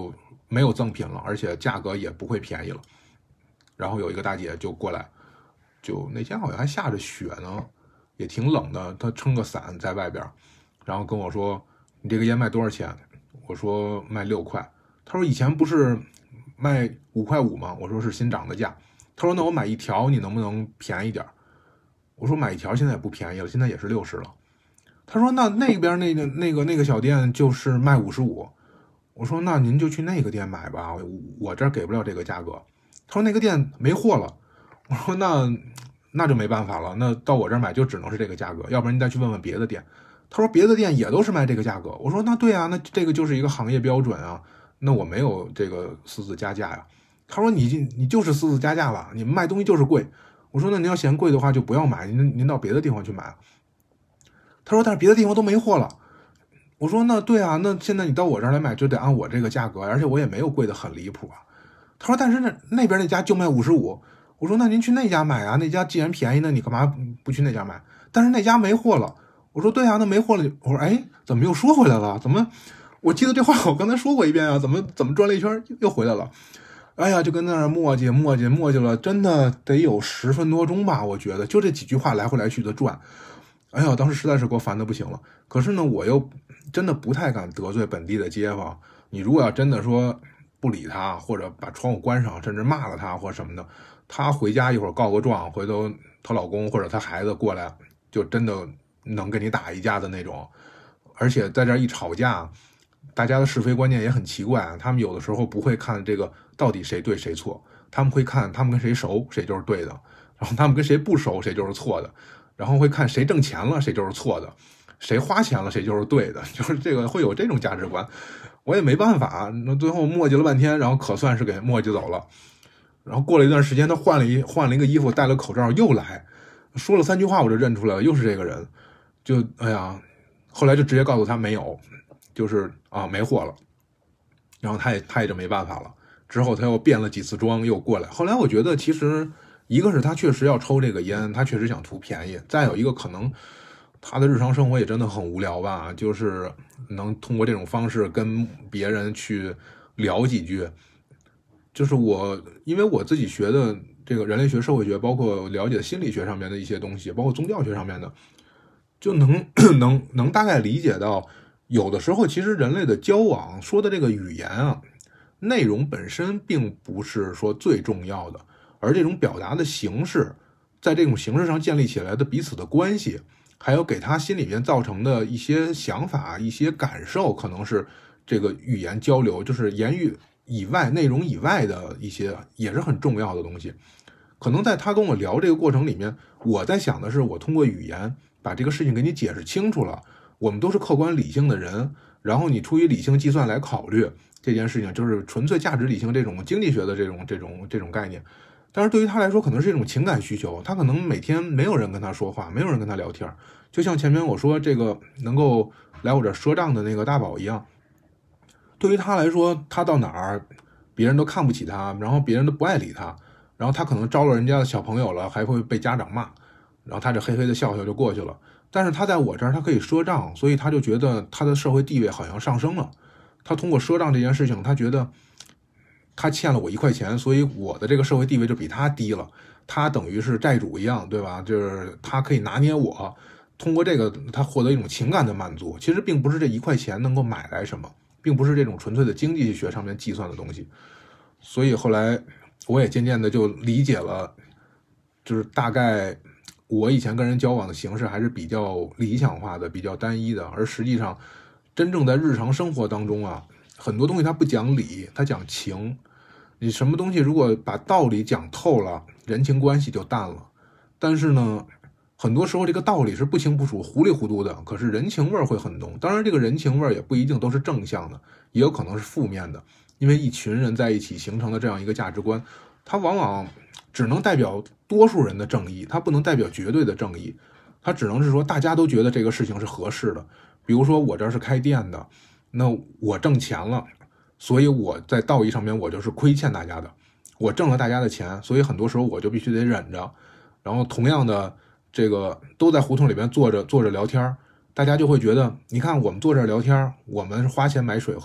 没有赠品了，而且价格也不会便宜了。然后有一个大姐就过来，就那天好像还下着雪呢，也挺冷的，她撑个伞在外边，然后跟我说：“你这个烟卖多少钱？”我说：“卖六块。”她说：“以前不是卖五块五吗？”我说：“是新涨的价。”她说：“那我买一条，你能不能便宜点？”我说：“买一条现在也不便宜了，现在也是六十了。”她说：“那那边那个那个那个小店就是卖五十五。”我说：“那您就去那个店买吧，我这儿给不了这个价格。”他说：“那个店没货了。”我说：“那那就没办法了，那到我这儿买就只能是这个价格，要不然你再去问问别的店。”他说：“别的店也都是卖这个价格。”我说：“那对啊，那这个就是一个行业标准啊，那我没有这个私自加价呀。”他说：“你你就是私自加价了，你们卖东西就是贵。”我说：“那您要嫌贵的话就不要买，您您到别的地方去买。”他说：“但是别的地方都没货了。”我说：“那对啊，那现在你到我这儿来买就得按我这个价格，而且我也没有贵的很离谱啊。”他说：“但是那那边那家就卖五十五。”我说：“那您去那家买啊，那家既然便宜，那你干嘛不去那家买？”但是那家没货了。我说：“对啊，那没货了。”我说：“哎，怎么又说回来了？怎么？我记得这话我刚才说过一遍啊，怎么怎么转了一圈又回来了？”哎呀，就跟那儿磨叽磨叽磨叽了，真的得有十分多钟吧，我觉得就这几句话来回来去的转。哎呀，当时实在是给我烦的不行了。可是呢，我又真的不太敢得罪本地的街坊。你如果要真的说不理他，或者把窗户关上，甚至骂了他或什么的，他回家一会儿告个状，回头她老公或者她孩子过来，就真的能跟你打一架的那种。而且在这一吵架，大家的是非观念也很奇怪，他们有的时候不会看这个到底谁对谁错，他们会看他们跟谁熟谁就是对的，然后他们跟谁不熟谁就是错的，然后会看谁挣钱了谁就是错的，谁花钱了谁就是对的，就是这个会有这种价值观。我也没办法，那最后磨叽了半天，然后可算是给磨叽走了。然后过了一段时间，他换了一换了一个衣服，戴了口罩又来，说了三句话我就认出来了，又是这个人。就哎呀，后来就直接告诉他没有，就是啊没货了。然后他也他也就没办法了。之后他又变了几次装又过来。后来我觉得其实一个是他确实要抽这个烟，他确实想图便宜，再有一个可能他的日常生活也真的很无聊吧，就是能通过这种方式跟别人去聊几句。就是我因为我自己学的这个人类学、社会学，包括了解心理学上面的一些东西，包括宗教学上面的，就能能能大概理解到，有的时候其实人类的交往说的这个语言啊，内容本身并不是说最重要的，而这种表达的形式，在这种形式上建立起来的彼此的关系，还有给他心里面造成的一些想法、一些感受，可能是这个语言交流，就是言语以外、内容以外的一些也是很重要的东西。可能在他跟我聊这个过程里面，我在想的是，我通过语言把这个事情给你解释清楚了。我们都是客观理性的人，然后你出于理性计算来考虑这件事情，就是纯粹价值理性这种经济学的这种这种这种概念。但是对于他来说，可能是一种情感需求，他可能每天没有人跟他说话，没有人跟他聊天，就像前面我说这个能够来我这赊账的那个大宝一样。对于他来说，他到哪儿别人都看不起他，然后别人都不爱理他，然后他可能招了人家的小朋友了，还会被家长骂，然后他就嘿嘿的笑笑就过去了。但是他在我这儿他可以赊账，所以他就觉得他的社会地位好像上升了。他通过赊账这件事情，他觉得他欠了我一块钱，所以我的这个社会地位就比他低了，他等于是债主一样，对吧？就是他可以拿捏我，通过这个他获得一种情感的满足。其实并不是这一块钱能够买来什么，并不是这种纯粹的经济学上面计算的东西。所以后来我也渐渐的就理解了，就是大概我以前跟人交往的形式还是比较理想化的，比较单一的，而实际上真正在日常生活当中啊，很多东西它不讲理，它讲情。你什么东西如果把道理讲透了，人情关系就淡了。但是呢，很多时候这个道理是不清不楚、糊里糊涂的，可是人情味会很浓。当然这个人情味也不一定都是正向的，也有可能是负面的。因为一群人在一起形成的这样一个价值观，它往往只能代表多数人的正义，它不能代表绝对的正义，它只能是说大家都觉得这个事情是合适的。比如说我这是开店的，那我挣钱了，所以我在道义上面我就是亏欠大家的，我挣了大家的钱，所以很多时候我就必须得忍着。然后同样的，这个都在胡同里边坐着坐着聊天，大家就会觉得，你看我们坐这儿聊天，我们是花钱买水喝，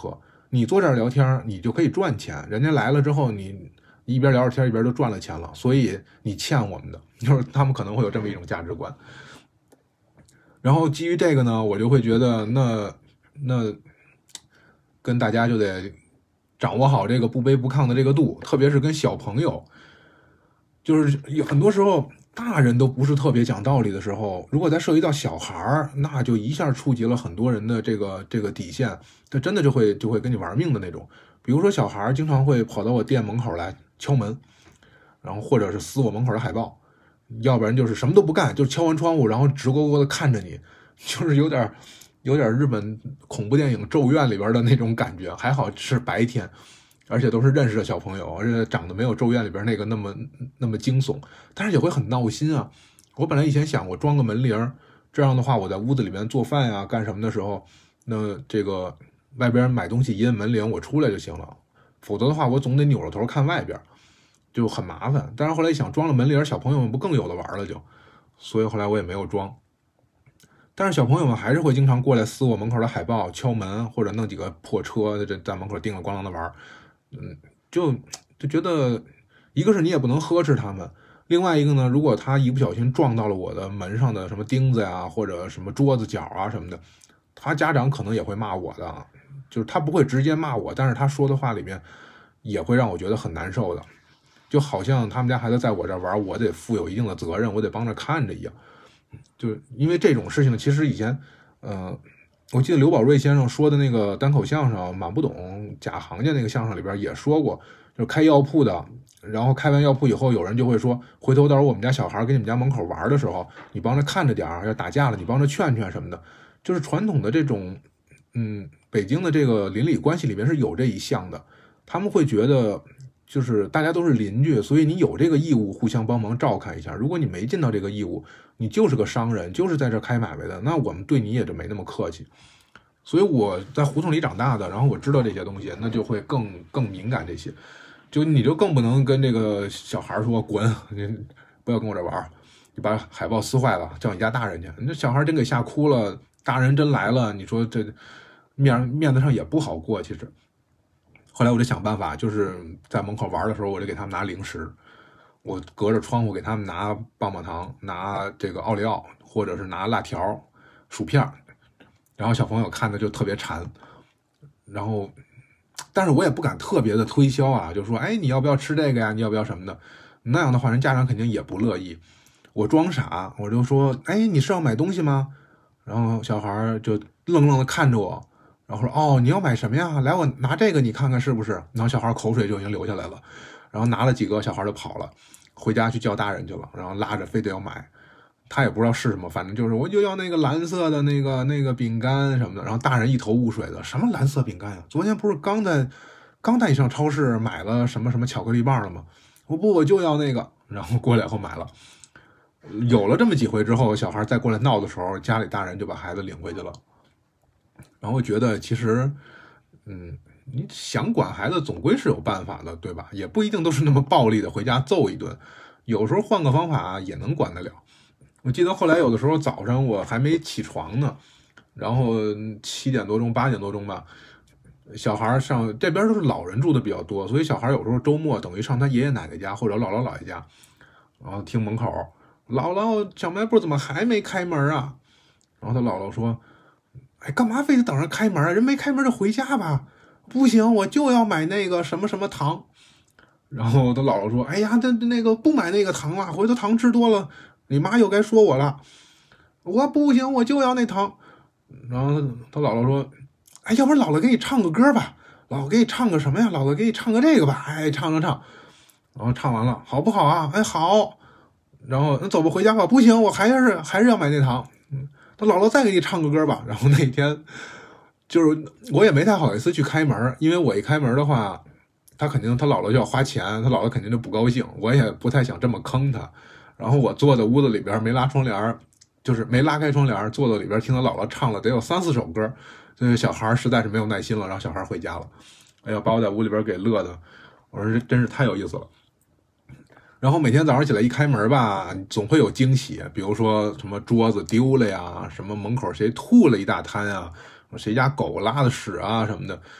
你坐这儿聊天，你就可以赚钱，人家来了之后，你一边聊着天一边就赚了钱了，所以你欠我们的，就是他们可能会有这么一种价值观。然后基于这个呢，我就会觉得那那跟大家就得掌握好这个不卑不亢的这个度，特别是跟小朋友，就是有很多时候大人都不是特别讲道理的时候，如果再涉及到小孩，那就一下触及了很多人的这个这个底线，他真的就会就会跟你玩命的那种。比如说小孩经常会跑到我店门口来敲门，然后或者是撕我门口的海报，要不然就是什么都不干，就敲完窗户然后直勾勾的看着你，就是有点有点日本恐怖电影《咒怨》里边的那种感觉。还好是白天，而且都是认识的小朋友，而且长得没有《咒怨》里边那个那么那么惊悚，但是也会很闹心啊。我本来以前想过装个门铃，这样的话我在屋子里面做饭呀、干什么的时候，那这个外边买东西一摁门铃我出来就行了，否则的话我总得扭着头看外边，就很麻烦。但是后来一想，装了门铃小朋友们不更有的玩了就，所以后来我也没有装。但是小朋友们还是会经常过来撕我门口的海报、敲门，或者弄几个破车这在门口叮了咣啷的玩。嗯，就就觉得一个是你也不能呵斥他们，另外一个呢，如果他一不小心撞到了我的门上的什么钉子呀，或者什么桌子角啊什么的，他家长可能也会骂我的，就是他不会直接骂我，但是他说的话里面也会让我觉得很难受的，就好像他们家孩子在我这玩，我得负有一定的责任，我得帮着看着一样。就因为这种事情，其实以前，呃，我记得刘宝瑞先生说的那个单口相声《满不懂假行家》那个相声里边也说过，就是开药铺的，然后开完药铺以后，有人就会说，回头到时候我们家小孩跟你们家门口玩的时候，你帮着看着点儿，要打架了，你帮着劝劝什么的。就是传统的这种，嗯，北京的这个邻里关系里面是有这一项的，他们会觉得。就是大家都是邻居，所以你有这个义务互相帮忙照看一下。如果你没尽到这个义务，你就是个商人，就是在这开买卖的，那我们对你也就没那么客气。所以我在胡同里长大的，然后我知道这些东西，那就会更更敏感这些。就你就更不能跟这个小孩说滚，你不要跟我这玩，你把海报撕坏了，叫你家大人去。那小孩真给吓哭了，大人真来了，你说这面面子上也不好过，其实。后来我就想办法，就是在门口玩的时候，我就给他们拿零食，我隔着窗户给他们拿棒棒糖，拿这个奥利奥，或者是拿辣条、薯片，然后小朋友看的就特别馋，然后，但是我也不敢特别的推销啊，就说，哎，你要不要吃这个呀？你要不要什么的？那样的话，人家长肯定也不乐意。我装傻，我就说，哎，你是要买东西吗？然后小孩就愣愣的看着我。然后说哦，你要买什么呀？来，我拿这个你看看是不是？然后小孩口水就已经流下来了，然后拿了几个，小孩就跑了，回家去叫大人去了，然后拉着非得要买，他也不知道是什么，反正就是我就要那个蓝色的那个那个饼干什么的。然后大人一头雾水的，什么蓝色饼干呀？昨天不是刚在刚带你上超市买了什么什么巧克力棒了吗？我不我就要那个，然后过来后买了。有了这么几回之后，小孩再过来闹的时候，家里大人就把孩子领回去了。然后觉得其实，嗯，你想管孩子总归是有办法的，对吧？也不一定都是那么暴力的，回家揍一顿，有时候换个方法也能管得了。我记得后来有的时候早上我还没起床呢，然后七点多钟、八点多钟吧，小孩上这边都是老人住的比较多，所以小孩有时候周末等于上他爷爷奶奶家或者姥姥姥爷家，然后听门口，姥姥小卖部怎么还没开门啊？然后他姥姥说。哎，干嘛非得等着开门啊？人没开门就回家吧。不行，我就要买那个什么什么糖。然后他姥姥说：“哎呀，那那个不买那个糖了，回头糖吃多了，你妈又该说我了。我不行，我就要那糖。”然后他姥姥说：“哎，要不然姥姥给你唱个歌吧？姥姥给你唱个什么呀？姥姥给你唱个这个吧。哎，唱唱唱。然后唱完了，好不好啊？哎，好。然后那走吧，回家吧。不行，我还是还是要买那糖。嗯。”他姥姥再给你唱个歌吧。然后那天就是我也没太好意思去开门，因为我一开门的话，他肯定他姥姥就要花钱，他姥姥肯定就不高兴，我也不太想这么坑他。然后我坐在屋子里边没拉窗帘，就是没拉开窗帘，坐在里边听他姥姥唱了得有三四首歌，所以小孩实在是没有耐心了，让小孩回家了。哎呀，把我在屋里边给乐的，我说这真是太有意思了。然后每天早上起来一开门吧，总会有惊喜，比如说什么桌子丢了呀，什么门口谁吐了一大滩啊，谁家狗拉的屎啊什么的，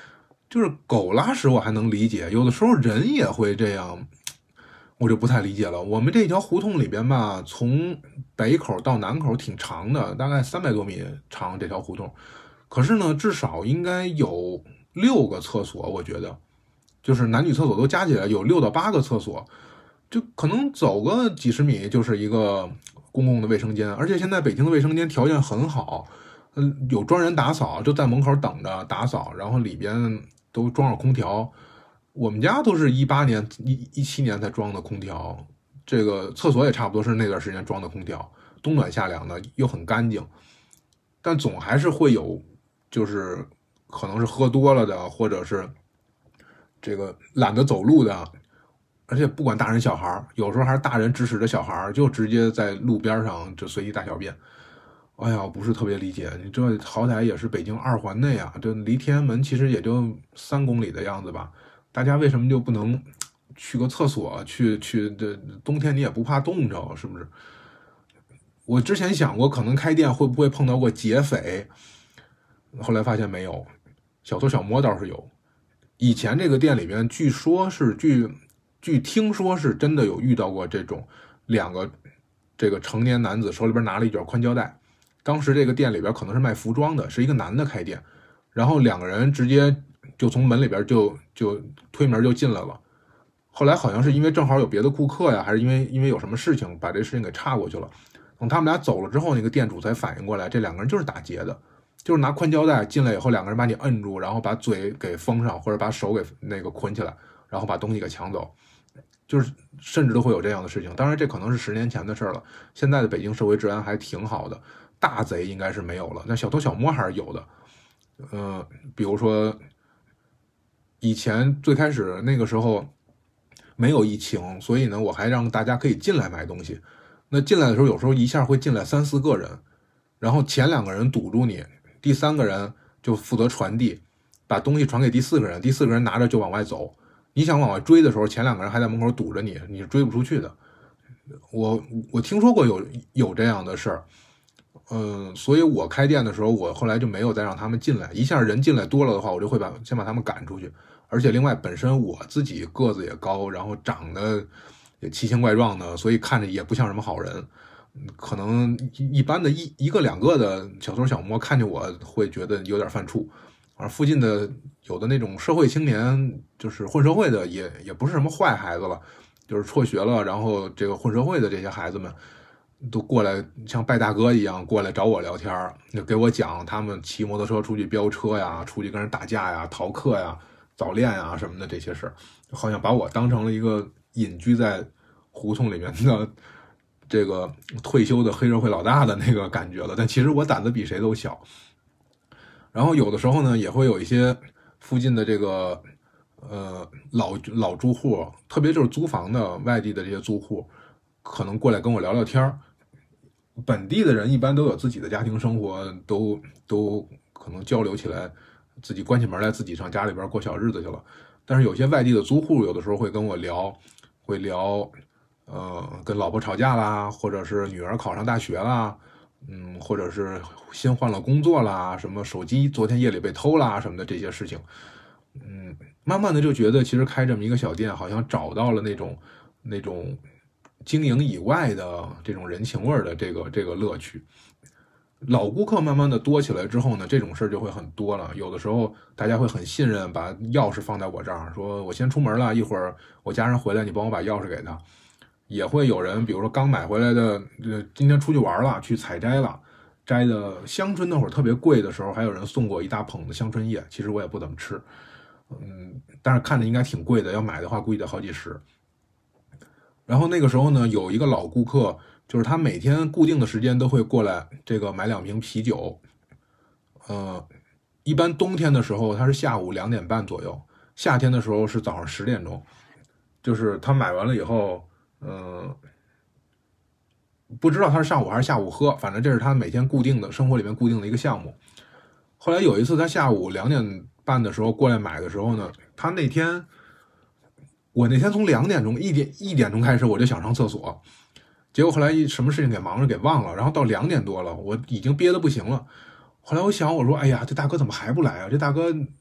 就是狗拉屎我还能理解，有的时候人也会这样，我就不太理解了。我们这条胡同里边吧，从北口到南口挺长的，大概三百多米长这条胡同，可是呢，至少应该有六个厕所，我觉得，就是男女厕所都加起来有六到八个厕所，就可能走个几十米就是一个公共的卫生间，而且现在北京的卫生间条件很好，嗯，有专人打扫，就在门口等着打扫，然后里边都装上空调。我们家都是一八年、一一七年才装的空调，这个厕所也差不多是那段时间装的空调，冬暖夏凉的，又很干净。但总还是会有，就是可能是喝多了的，或者是这个懒得走路的，而且不管大人小孩，有时候还是大人指使着小孩，就直接在路边上就随地大小便。哎呀，不是特别理解，你这好歹也是北京二环内啊，这离天安门其实也就三公里的样子吧，大家为什么就不能去个厕所？去去这冬天你也不怕冻着，是不是？我之前想过，可能开店会不会碰到过劫匪，后来发现没有，小偷小摸倒是有。以前这个店里边，据说是据据听说是真的有遇到过这种两个这个成年男子手里边拿了一卷宽胶带。当时这个店里边可能是卖服装的，是一个男的开店，然后两个人直接就从门里边就就推门就进来了。后来好像是因为正好有别的顾客呀，还是因为因为有什么事情把这事情给岔过去了。等他们俩走了之后，那个店主才反应过来，这两个人就是打劫的，就是拿宽胶带进来以后，两个人把你摁住，然后把嘴给封上，或者把手给那个捆起来，然后把东西给抢走。就是甚至都会有这样的事情。当然这可能是十年前的事了，现在的北京社会治安还挺好的，大贼应该是没有了，那小偷小摸还是有的。呃，比如说以前最开始那个时候没有疫情，所以呢我还让大家可以进来买东西。那进来的时候有时候一下会进来三四个人，然后前两个人堵住你，第三个人就负责传递，把东西传给第四个人，第四个人拿着就往外走。你想往外追的时候，前两个人还在门口堵着你，你是追不出去的。我我听说过有有这样的事儿，嗯，所以我开店的时候，我后来就没有再让他们进来。一下人进来多了的话，我就会把先把他们赶出去。而且另外本身我自己个子也高，然后长得也奇形怪状的，所以看着也不像什么好人。可能一般的一一个两个的小偷小摸看见我会觉得有点犯怵。而附近的有的那种社会青年，就是混社会的，也也不是什么坏孩子了，就是辍学了，然后这个混社会的这些孩子们，都过来像拜大哥一样过来找我聊天，就给我讲他们骑摩托车出去飙车呀，出去跟人打架呀、逃课呀、早恋呀什么的这些事儿，好像把我当成了一个隐居在胡同里面的这个退休的黑社会老大的那个感觉了。但其实我胆子比谁都小。然后有的时候呢，也会有一些附近的这个呃老老住户，特别就是租房的外地的这些租户，可能过来跟我聊聊天。本地的人一般都有自己的家庭生活，都都可能交流起来，自己关起门来自己上家里边过小日子去了。但是有些外地的租户，有的时候会跟我聊，会聊呃跟老婆吵架啦，或者是女儿考上大学啦。嗯，或者是新换了工作啦，什么手机昨天夜里被偷啦什么的这些事情，嗯，慢慢的就觉得其实开这么一个小店，好像找到了那种那种经营以外的这种人情味的这个这个乐趣。老顾客慢慢的多起来之后呢，这种事就会很多了。有的时候大家会很信任，把钥匙放在我这儿，说我先出门了，一会儿我家人回来，你帮我把钥匙给他。也会有人，比如说刚买回来的，呃，今天出去玩了，去采摘了，摘的香椿那会儿特别贵的时候，还有人送过一大捧的香椿叶，其实我也不怎么吃，嗯，但是看着应该挺贵的，要买的话估计得好几十。然后那个时候呢，有一个老顾客，就是他每天固定的时间都会过来，这个买两瓶啤酒，呃，一般冬天的时候他是下午两点半左右，夏天的时候是早上十点钟，就是他买完了以后。嗯，不知道他是上午还是下午喝，反正这是他每天固定的生活里面固定的一个项目。后来有一次他下午两点半的时候过来买的时候呢，他那天我那天从两点钟一点一点钟开始我就想上厕所，结果后来什么事情给忙着给忘了，然后到两点多了，我已经憋得不行了。后来我想我说，哎呀，这大哥怎么还不来啊？这大哥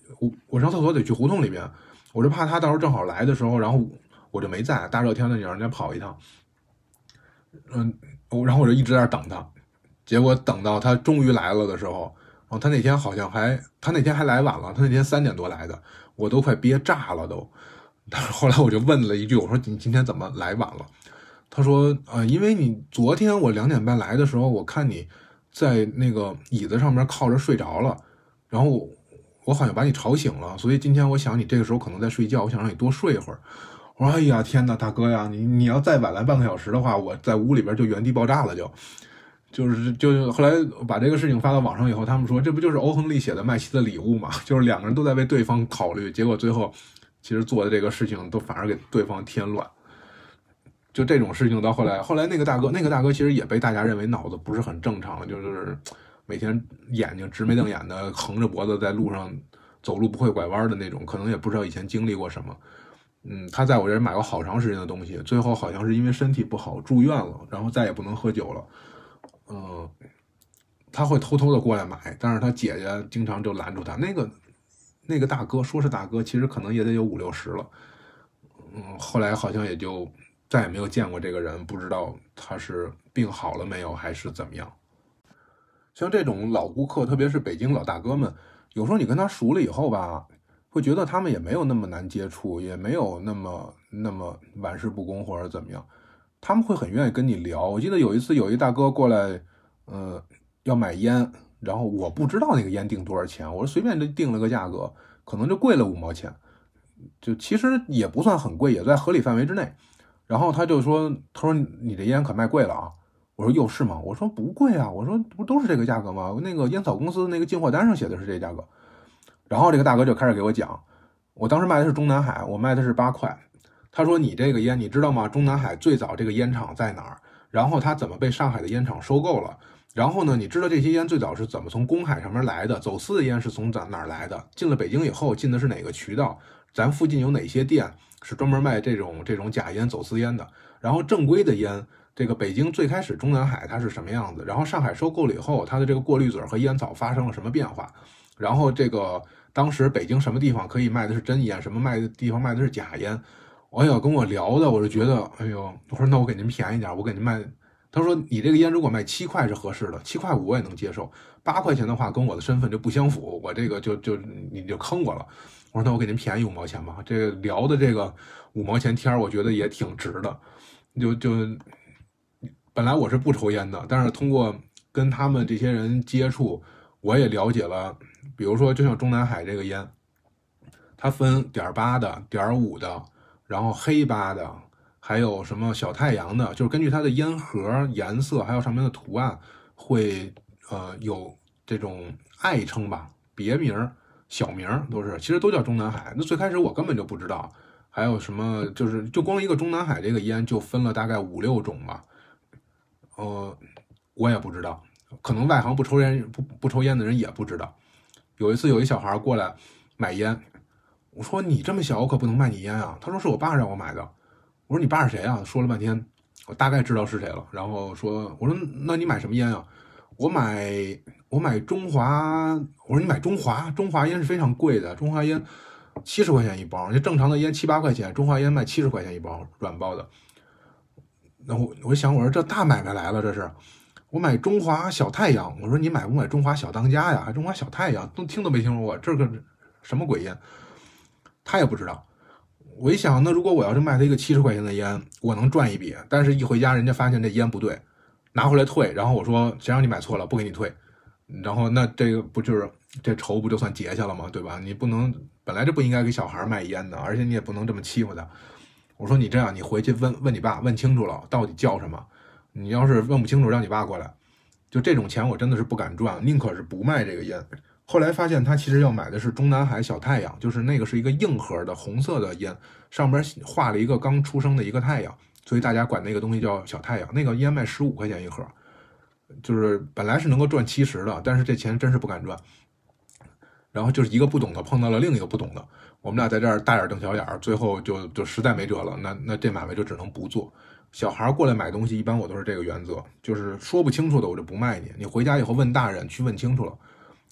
我我上厕所得去胡同里边，我就怕他到时候正好来的时候，然后我就没在，大热天的你让人家跑一趟，嗯，然后我就一直在那等他，结果等到他终于来了的时候，然后他那天好像还他那天还来晚了，他那天三点多来的，我都快憋炸了都。但是后来我就问了一句，我说你今天怎么来晚了？他说呃，因为你昨天我两点半来的时候，我看你在那个椅子上面靠着睡着了，然后我我好像把你吵醒了，所以今天我想你这个时候可能在睡觉，我想让你多睡一会儿。我说哎呀天哪，大哥呀，你你要再晚来半个小时的话，我在屋里边就原地爆炸了就。就是就后来把这个事情发到网上以后，他们说这不就是欧亨利写的麦琪的礼物嘛？就是两个人都在为对方考虑，结果最后其实做的这个事情都反而给对方添乱。就这种事情到后来，后来那个大哥，那个大哥其实也被大家认为脑子不是很正常了，就是每天眼睛直眉瞪眼的，横着脖子在路上走路不会拐弯的那种，可能也不知道以前经历过什么。嗯，他在我这儿买过好长时间的东西，最后好像是因为身体不好住院了，然后再也不能喝酒了。嗯，他会偷偷的过来买，但是他姐姐经常就拦住他。那个那个大哥说是大哥，其实可能也得有五六十了。嗯，后来好像也就再也没有见过这个人，不知道他是病好了没有，还是怎么样。像这种老顾客，特别是北京老大哥们，有时候你跟他熟了以后吧，会觉得他们也没有那么难接触，也没有那么那么玩世不恭或者怎么样。他们会很愿意跟你聊。我记得有一次有一大哥过来，呃，要买烟，然后我不知道那个烟定多少钱，我说随便就定了个价格，可能就贵了五毛钱，就其实也不算很贵，也在合理范围之内。然后他就说，他说你这烟可卖贵了啊。我说又是吗？我说不贵啊，我说不都是这个价格吗？那个烟草公司那个进货单上写的是这价格。然后这个大哥就开始给我讲，我当时卖的是中南海，我卖的是八块。他说你这个烟你知道吗？中南海最早这个烟厂在哪儿？然后它怎么被上海的烟厂收购了？然后呢，你知道这些烟最早是怎么从公海上面来的？走私的烟是从哪儿来的？进了北京以后进的是哪个渠道？咱附近有哪些店是专门卖这种这种假烟走私烟的？然后正规的烟，这个北京最开始中南海它是什么样子？然后上海收购了以后，它的这个过滤嘴和烟草发生了什么变化？然后这个当时北京什么地方可以卖的是真烟，什么卖的地方卖的是假烟？哎呀，跟我聊的，我就觉得，哎呦，我说那我给您便宜点，我给您卖。他说你这个烟如果卖七块是合适的，七块五我也能接受，八块钱的话跟我的身份就不相符，我这个就就你就坑我了。我说那我给您便宜五毛钱吧，这个聊的这个五毛钱天我觉得也挺值的。就就本来我是不抽烟的，但是通过跟他们这些人接触，我也了解了，比如说就像中南海这个烟，它分点八的、点五的。然后黑八的，还有什么小太阳的，就是根据它的烟盒颜色，还有上面的图案，会呃有这种爱称吧，别名、小名都是，其实都叫中南海。那最开始我根本就不知道，还有什么就是就光一个中南海这个烟就分了大概五六种吧，呃，我也不知道，可能外行不抽烟不不抽烟的人也不知道。有一次有一小孩过来买烟。我说你这么小，我可不能卖你烟啊。他说是我爸让我买的。我说你爸是谁啊？说了半天，我大概知道是谁了。然后说，我说那你买什么烟啊？我买我买中华。我说你买中华，中华烟是非常贵的，中华烟七十块钱一包，就正常的烟七八块钱，中华烟卖七十块钱一包，软包的。然后我想，我说这大买卖来了，这是。我买中华小太阳。我说你买不买中华小当家呀？还中华小太阳，都听都没听说过，这个什么鬼烟？他也不知道。我一想，那如果我要是卖他一个七十块钱的烟，我能赚一笔。但是一回家，人家发现这烟不对，拿回来退。然后我说，谁让你买错了，不给你退。然后那这个不就是这仇不就算结下了吗？对吧？你不能本来就不应该给小孩卖烟的，而且你也不能这么欺负他。我说你这样，你回去问问你爸，问清楚了到底叫什么。你要是问不清楚，让你爸过来。就这种钱我真的是不敢赚，宁可是不卖这个烟。后来发现他其实要买的是中南海小太阳，就是那个是一个硬盒的红色的烟，上边画了一个刚出生的一个太阳，所以大家管那个东西叫小太阳。那个烟卖十五块钱一盒，就是本来是能够赚七十的，但是这钱真是不敢赚。然后就是一个不懂的碰到了另一个不懂的，我们俩在这儿大眼瞪小眼，最后就就实在没辙了，那那这买卖就只能不做。小孩过来买东西，一般我都是这个原则，就是说不清楚的我就不卖你，你回家以后问大人去问清楚了。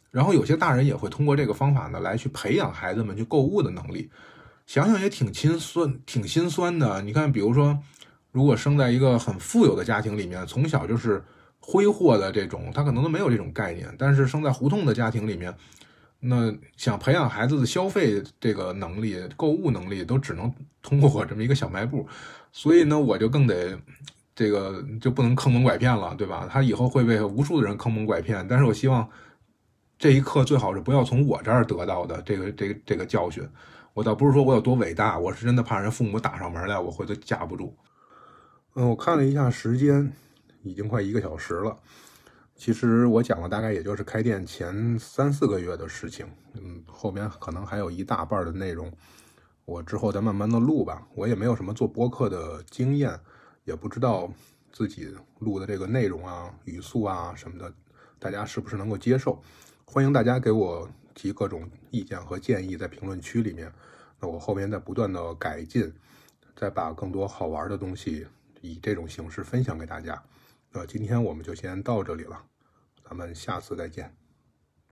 然后有些大人也会通过这个方法呢，来去培养孩子们去购物的能力。想想也挺心酸，挺心酸的。你看，比如说，如果生在一个很富有的家庭里面，从小就是挥霍的这种，他可能都没有这种概念。但是生在胡同的家庭里面，那想培养孩子的消费这个能力、购物能力，都只能通过我这么一个小卖部。所以呢，我就更得这个就不能坑蒙拐骗了，对吧？他以后会被无数的人坑蒙拐骗，但是我希望这一刻最好是不要从我这儿得到的这个这个这个教训。我倒不是说我有多伟大，我是真的怕人父母打上门来，我回头架不住。嗯，我看了一下时间，已经快一个小时了。其实我讲了大概也就是开店前三四个月的事情，嗯，后面可能还有一大半的内容，我之后再慢慢的录吧。我也没有什么做播客的经验，也不知道自己录的这个内容啊、语速啊什么的，大家是不是能够接受？欢迎大家给我提各种意见和建议在评论区里面，那我后面再不断的改进，再把更多好玩的东西以这种形式分享给大家。那今天我们就先到这里了，咱们下次再见。